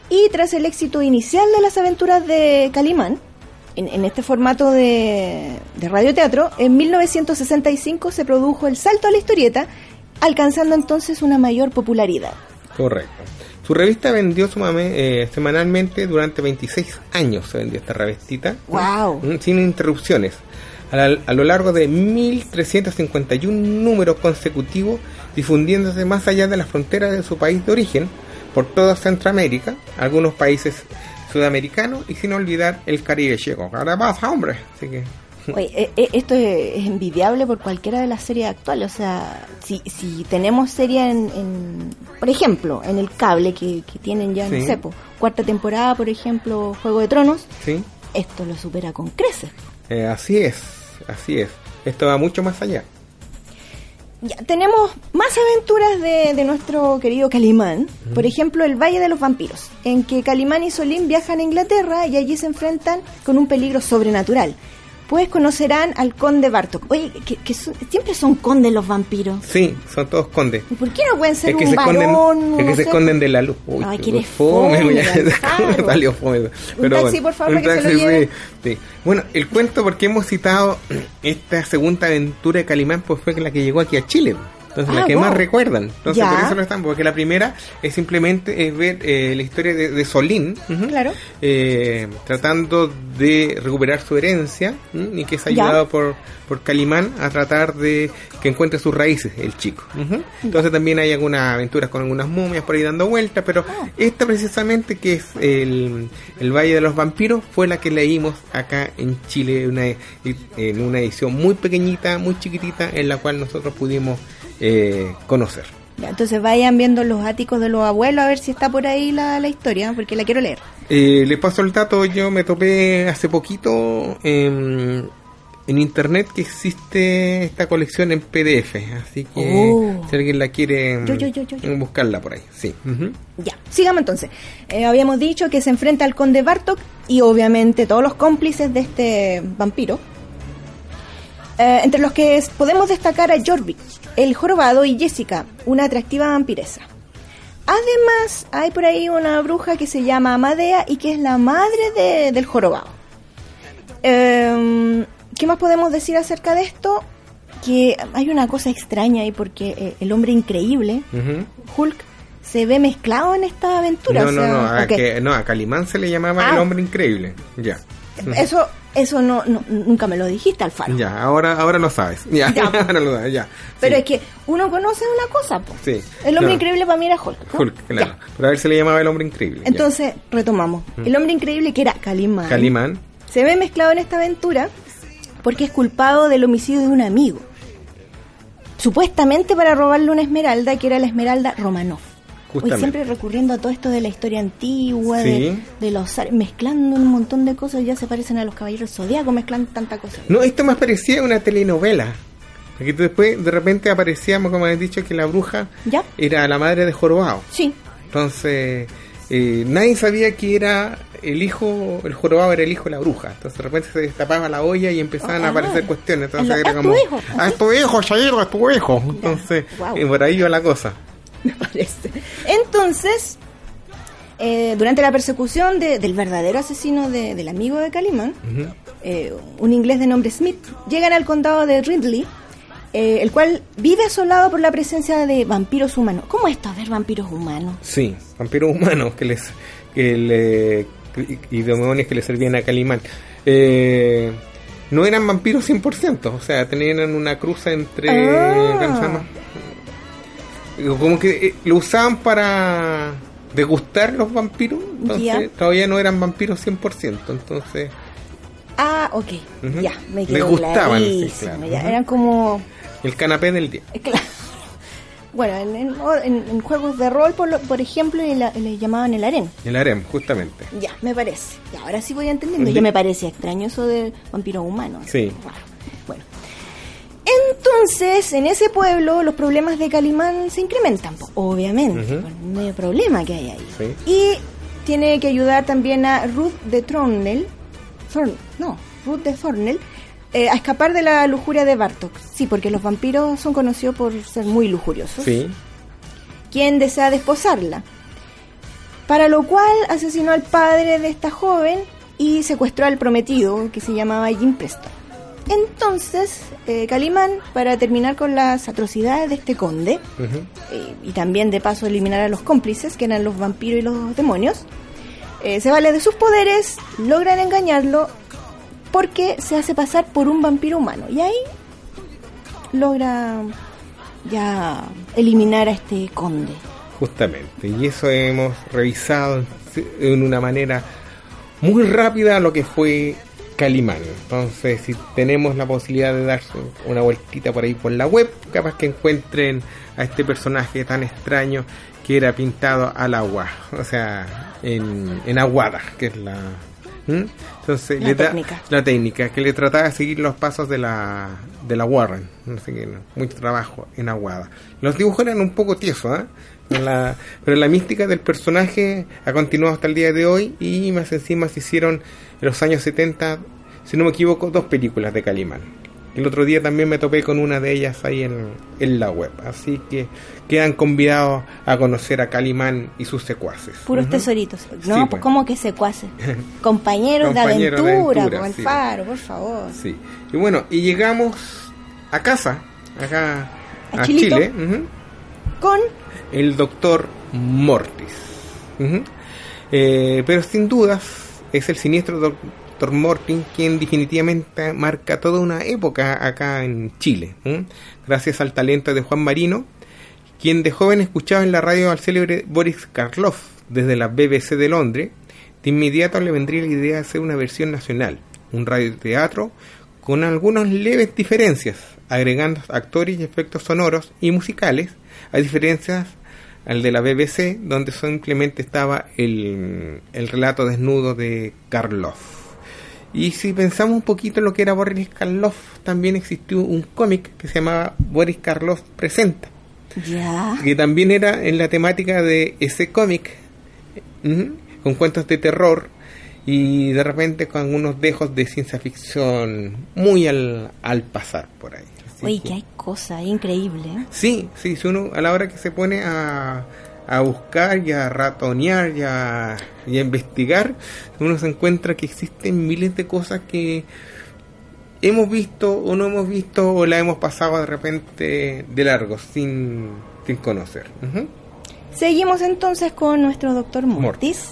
Y tras el éxito inicial de las aventuras de Calimán, en este formato de radioteatro, en 1965 se produjo el salto a la historieta, alcanzando entonces una mayor popularidad. Correcto. Su revista vendió semanalmente durante 26 años, se vendió esta revistita. ¡Wow! Sin interrupciones. A lo largo de 1.351 números consecutivos, difundiéndose más allá de las fronteras de su país de origen, por toda Centroamérica, algunos países sudamericanos y sin olvidar el Caribe checo. Ahora pasa, hombre. Así que... Oye, esto es envidiable por cualquiera de las series actuales. O sea, si tenemos series por ejemplo, en el cable que tienen ya, no sé, cuarta temporada, por ejemplo, Juego de Tronos, esto lo supera con creces. Así es. Esto va mucho más allá. Ya, tenemos más aventuras de nuestro querido Calimán. Por ejemplo, El Valle de los Vampiros, en que Calimán y Solín viajan a Inglaterra y allí se enfrentan con un peligro sobrenatural. Pues conocerán al conde Bartok. Oye, que siempre son condes los vampiros. Sí, son todos condes. ¿Y por qué no pueden ser es que un varón? Es que se esconden de la luz. Uy, ay, que eres fome. Salió fome. Un taxi, por favor, que se lo lleve. Sí. Bueno, el cuento, porque hemos citado esta segunda aventura de Calimán, pues fue la que llegó aquí a Chile. Entonces, la que más recuerdan. Entonces, por eso lo están, porque la primera es simplemente ver la historia de Solín, claro, tratando de recuperar su herencia, y que es ayudado por Calimán a tratar de que encuentre sus raíces, el chico. Entonces, también hay algunas aventuras con algunas momias por ahí dando vueltas, pero esta precisamente, que es el Valle de los Vampiros, fue la que leímos acá en Chile, en una edición muy pequeñita, muy chiquitita, en la cual nosotros pudimos conocer. Ya, entonces vayan viendo los áticos de los abuelos a ver si está por ahí la historia, porque la quiero leer. Les paso el dato. Yo me topé hace poquito en internet que existe esta colección en PDF, así que si alguien la quiere buscarla por ahí. Sí. Ya, sigamos entonces. Habíamos dicho que se enfrenta al conde Bartok y obviamente todos los cómplices de este vampiro, entre los que podemos destacar a Jorvik, el jorobado, y Jessica, una atractiva vampiresa. Además, hay por ahí una bruja que se llama Amadea y que es la madre del jorobado. ¿Qué más podemos decir acerca de esto? Que hay una cosa extraña ahí, porque el hombre increíble, Hulk, se ve mezclado en esta aventura. A Calimán se le llamaba el hombre increíble. Ya. Eso nunca me lo dijiste, Alfaro. Ya, ahora lo sabes. Ya. Ahora lo sabes, ya. Pero es que uno conoce una cosa, pues. Sí. El hombre increíble para mí era Hulk, ¿no? Hulk, claro. Ya. Pero a él se le llamaba el hombre increíble. Entonces, retomamos. El hombre increíble, que era Calimán, se ve mezclado en esta aventura porque es culpado del homicidio de un amigo. Supuestamente para robarle una esmeralda, que era la esmeralda Romanov. Hoy siempre recurriendo a todo esto de la historia antigua, de los mezclando un montón de cosas, ya se parecen a los Caballeros Zodíacos, mezclando tanta cosa. No, esto más parecía una telenovela. Porque después de repente aparecíamos, como habéis dicho, que la bruja era la madre de jorobado. Sí. Entonces, nadie sabía que era el jorobado era el hijo de la bruja. Entonces de repente se destapaba la olla y empezaban a aparecer cuestiones. Entonces era como, es tu hijo, Jair, es tu hijo. Entonces, por ahí iba la cosa. Me parece. Entonces, durante la persecución del verdadero asesino del amigo de Calimán, un inglés de nombre Smith, llegan al condado de Ridley, el cual vive asolado por la presencia de vampiros humanos. ¿Cómo es esto, ver vampiros humanos? Sí, vampiros humanos y demonios que le servían a Calimán. No eran vampiros 100%, o sea, tenían una cruza entre... ¿cómo se llama? Como que lo usaban para degustar los vampiros, entonces todavía no eran vampiros 100%, entonces... ok, me quedó les gustaban, claro. Eran como... el canapé del día. Claro. Bueno, en juegos de rol, por ejemplo, le llamaban el harem. El harem, justamente. Ya, me parece. Y ahora sí voy entendiendo. Ya me parece extraño eso de vampiros humanos. Sí. Bueno. Entonces, en ese pueblo, los problemas de Calimán se incrementan, obviamente, por el medio problema que hay ahí. Sí. Y tiene que ayudar también a Ruth de Thornell, a escapar de la lujuria de Bartok. Sí, porque los vampiros son conocidos por ser muy lujuriosos. Sí. Quien desea desposarla. para lo cual asesinó al padre de esta joven y secuestró al prometido, que se llamaba Jim Preston. Entonces, Calimán, para terminar con las atrocidades de este conde, y también de paso eliminar a los cómplices, que eran los vampiros y los demonios, se vale de sus poderes, logran engañarlo porque se hace pasar por un vampiro humano. Y ahí logra ya eliminar a este conde. Justamente, y eso hemos revisado en una manera muy rápida lo que fue Calimán. Entonces, si tenemos la posibilidad de darse una vueltita por ahí por la web, capaz que encuentren a este personaje tan extraño que era pintado al agua, o sea, en aguada, que es la... Entonces, la técnica, que le trataba de seguir los pasos de la Warren, no sé qué, mucho trabajo en aguada. Los dibujos eran un poco tiesos, pero la mística del personaje ha continuado hasta el día de hoy, y más encima se hicieron en los años 70, si no me equivoco, 2 películas de Calimán. El otro día también me topé con una de ellas ahí en la web, así que quedan convidados a conocer a Calimán y sus secuaces. Puros tesoritos. No, sí, pues ¿cómo que secuaces? Compañeros de aventura, con el faro, por favor. Sí. Y bueno, y llegamos a casa, acá a Chile, con el doctor Mortis. Pero sin dudas es el siniestro doctor Mortis quien definitivamente marca toda una época acá en Chile, gracias al talento de Juan Marino, quien de joven escuchaba en la radio al célebre Boris Karloff desde la BBC de Londres. De inmediato le vendría la idea de hacer una versión nacional, un radioteatro con algunas leves diferencias, agregando actores y efectos sonoros y musicales, a diferencias al de la BBC, donde simplemente estaba el relato desnudo de Karloff. Y si pensamos un poquito en lo que era Boris Karloff, también existió un cómic que se llamaba Boris Karloff Presenta, que también era en la temática de ese cómic, con cuentos de terror y de repente con algunos dejos de ciencia ficción muy al pasar por ahí. Oye, que hay cosas increíbles, ¿eh? Sí, si uno a la hora que se pone a buscar y a ratonear y a investigar, uno se encuentra que existen miles de cosas que hemos visto o no hemos visto, o la hemos pasado de repente de largo sin conocer. Seguimos entonces con nuestro doctor Mortis.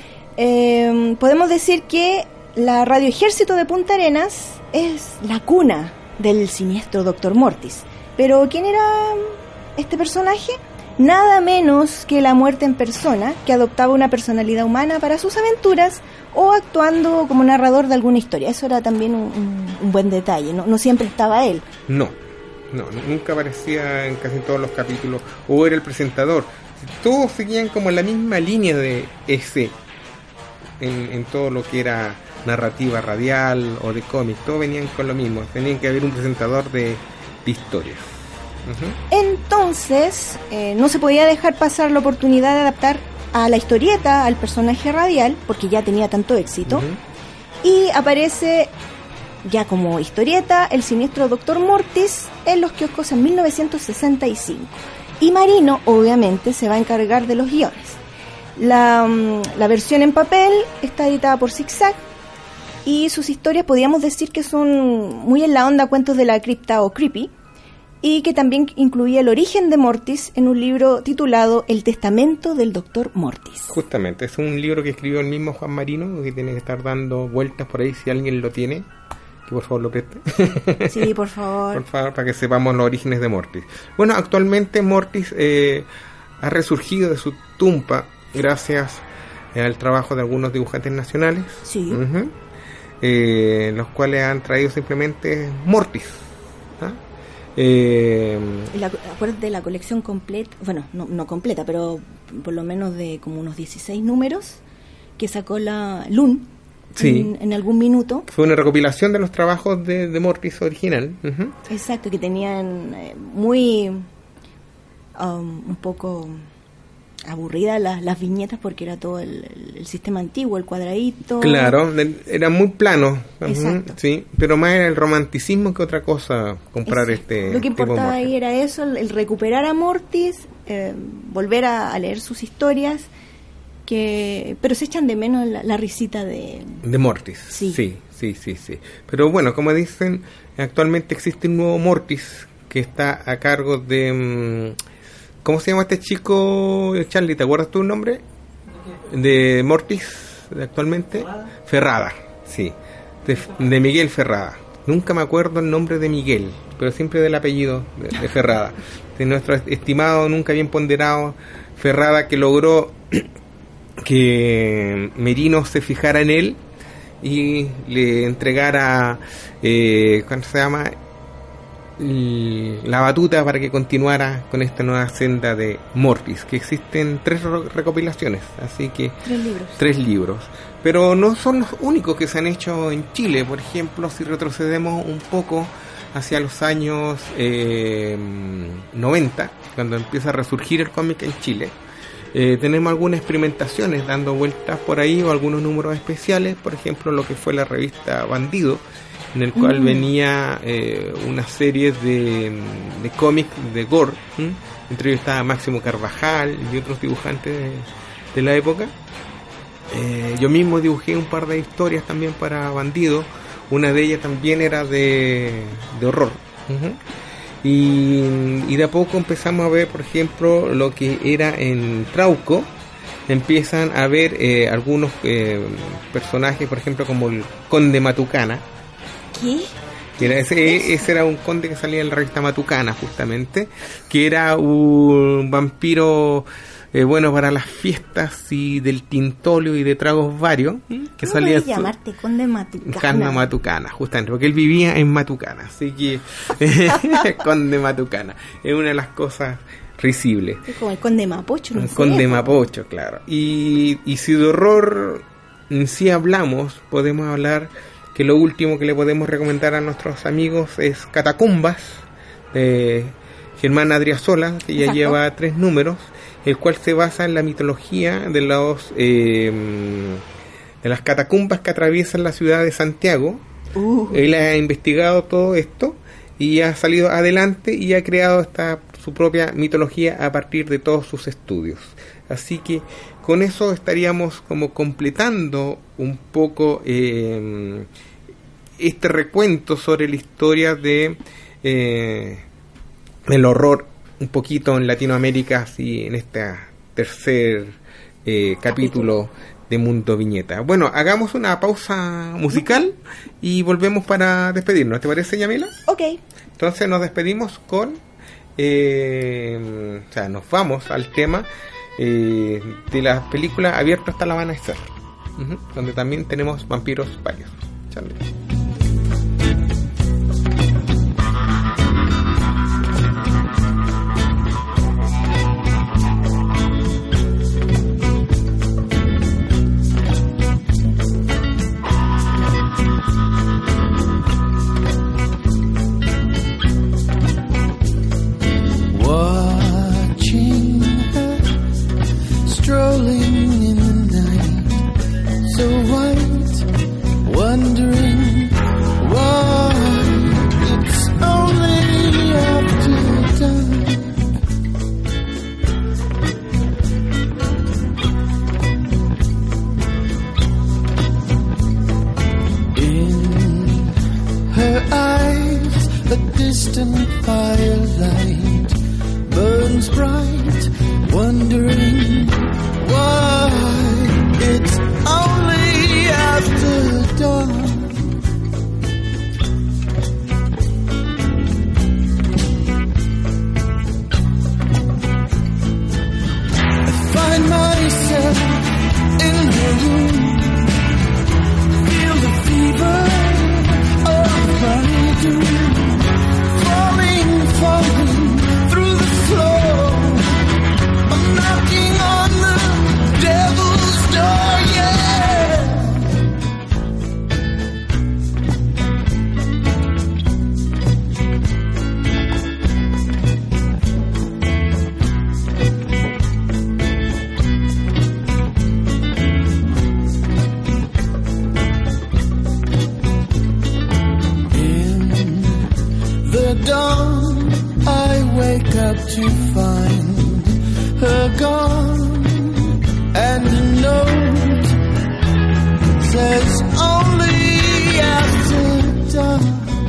Podemos decir que la Radio Ejército de Punta Arenas es la cuna del siniestro doctor Mortis. Pero ¿quién era este personaje? Nada menos que la muerte en persona, que adoptaba una personalidad humana para sus aventuras o actuando como narrador de alguna historia. Eso era también un buen detalle, no siempre estaba él. No, nunca aparecía en casi todos los capítulos, o era el presentador. Todos seguían como en la misma línea de ese, en todo lo que era narrativa radial o de cómic. Todos venían con lo mismo, tenían que haber un presentador de historias. Entonces, no se podía dejar pasar la oportunidad de adaptar a la historieta al personaje radial, porque ya tenía tanto éxito, y aparece ya como historieta el siniestro Dr. Mortis en los kioscos en 1965, y Marino obviamente se va a encargar de los guiones. La versión en papel está editada por Zigzag, y sus historias podríamos decir que son muy en la onda cuentos de la cripta o creepy, y que también incluía el origen de Mortis en un libro titulado El Testamento del Doctor Mortis. Justamente, es un libro que escribió el mismo Juan Marino, que tiene que estar dando vueltas por ahí, si alguien lo tiene, que por favor lo preste. Sí, por favor. Por favor, para que sepamos los orígenes de Mortis. Bueno, actualmente Mortis ha resurgido de su tumba gracias al trabajo de algunos dibujantes nacionales, sí. Los cuales han traído simplemente Mortis. Acuérdate de la colección completa, bueno, no completa, pero por lo menos de como unos 16 números que sacó la LUN, sí, en algún minuto. Fue una recopilación de los trabajos de Mortis original. Exacto, que tenían muy un poco aburridas las viñetas, porque era todo el sistema antiguo, el cuadradito. Claro, era muy plano. Exacto. Sí, pero más era el romanticismo que otra cosa comprar. Exacto. Este lo que importaba ahí era eso, el recuperar a Mortis, volver a leer sus historias, pero se echan de menos la risita de Mortis. Sí. Pero bueno, como dicen, actualmente existe un nuevo Mortis que está a cargo de... ¿Cómo se llama este chico, Charlie? ¿Te acuerdas tu nombre? De Mortis, actualmente. Ferrada, sí. De Miguel Ferrada. Nunca me acuerdo el nombre de Miguel, pero siempre del apellido de Ferrada. De nuestro estimado, nunca bien ponderado Ferrada, que logró que Merino se fijara en él y le entregara, ¿cómo se llama?, la batuta para que continuara con esta nueva senda de Mortis, que existen 3 recopilaciones, así que 3 libros, pero no son los únicos que se han hecho en Chile. Por ejemplo, si retrocedemos un poco hacia los años 90, cuando empieza a resurgir el cómic en Chile, tenemos algunas experimentaciones dando vueltas por ahí, o algunos números especiales. Por ejemplo, lo que fue la revista Bandido, en el cual venía una serie de cómics de gore, entre ellos estaba Máximo Carvajal y otros dibujantes de la época. Yo mismo dibujé un par de historias también para Bandido, una de ellas también era de horror. Y de a poco empezamos a ver, por ejemplo, lo que era en Trauco. Empiezan a ver algunos personajes, por ejemplo, como el Conde Matucana. ¿Qué? Ese era un conde que salía en la revista Matucana, justamente, que era un vampiro bueno para las fiestas y del tintolio y de tragos varios, que salía ¿Cómo llamarte Conde Matucana? Conde Matucana, justamente, porque él vivía en Matucana, así que Conde Matucana es una de las cosas risibles. Es como el Conde Mapocho, no el sé. Conde Mapocho, claro. Y si de horror en sí hablamos, podemos hablar que lo último que le podemos recomendar a nuestros amigos es Catacumbas, de Germán Adriasola, que ya lleva 3 números, el cual se basa en la mitología de las catacumbas que atraviesan la ciudad de Santiago. Él ha investigado todo esto y ha salido adelante y ha creado su propia mitología a partir de todos sus estudios. Así que con eso estaríamos como completando un poco este recuento sobre la historia de el horror un poquito en Latinoamérica, así en este tercer capítulo de Mundo Viñeta. Bueno, hagamos una pausa musical y volvemos para despedirnos. ¿Te parece, Yamila? Ok. Entonces nos despedimos con nos vamos al tema de la película Abierto hasta el Amanecer, donde también tenemos vampiros varios. Charlie. To find her gone, and says only after dark.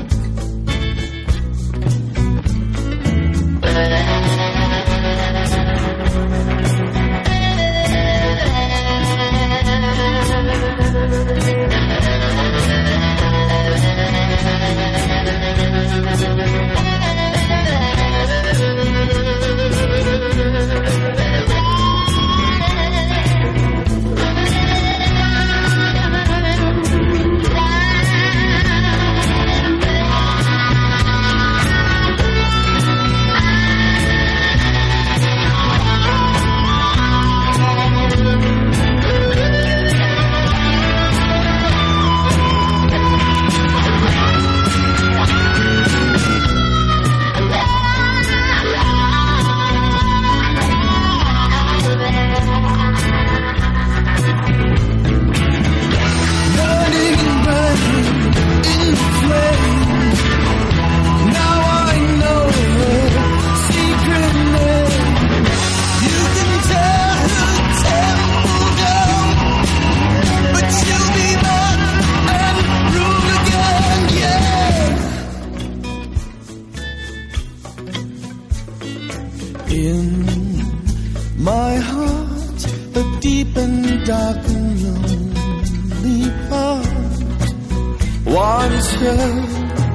My heart, a deep and dark and lonely part, wants her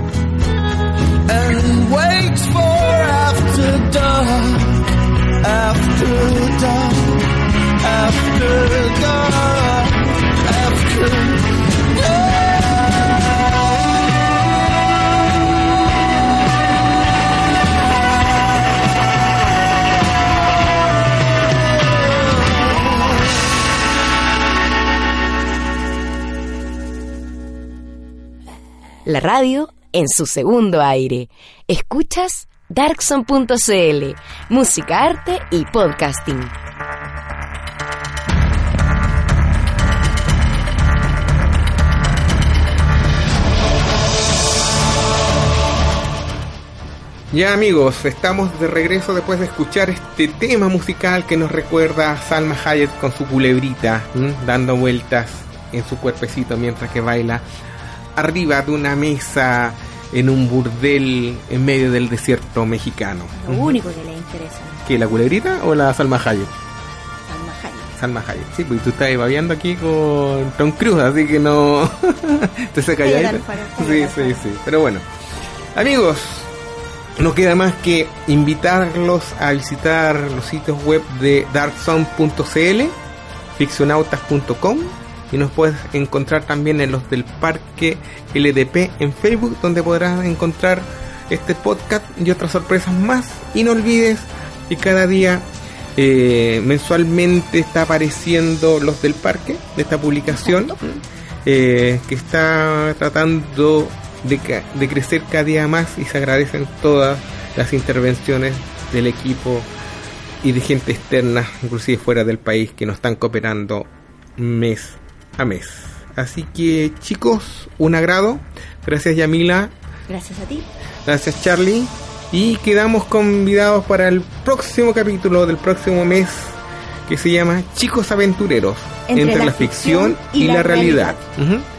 and waits for after dark, after dark, after dark, after dark. La radio en su segundo aire. Escuchas Darkson.cl, música, arte y podcasting. Ya amigos, estamos de regreso después de escuchar este tema musical que nos recuerda a Salma Hayek con su culebrita, dando vueltas en su cuerpecito mientras que baila arriba de una mesa en un burdel en medio del desierto mexicano. Lo único que le interesa. ¿Qué, la culebrita o la Salma Hayek? Salma Hayek. Salma Hayek, sí, pues tú estás babeando aquí con Tom Cruise, así que no... ¿Te se calladita? Sí. Pero bueno, amigos, no queda más que invitarlos a visitar los sitios web de darkson.cl, ficcionautas.com, y nos puedes encontrar también en los del Parque LDP en Facebook, donde podrás encontrar este podcast y otras sorpresas más. Y no olvides que cada día mensualmente está apareciendo los del parque, de esta publicación que está tratando de crecer cada día más, y se agradecen todas las intervenciones del equipo y de gente externa, inclusive fuera del país, que nos están cooperando mes a mes. Así que chicos, un agrado. Gracias Yamila. Gracias a ti. Gracias Charlie. Y quedamos convidados para el próximo capítulo del próximo mes, que se llama Chicos Aventureros, entre la ficción y la realidad.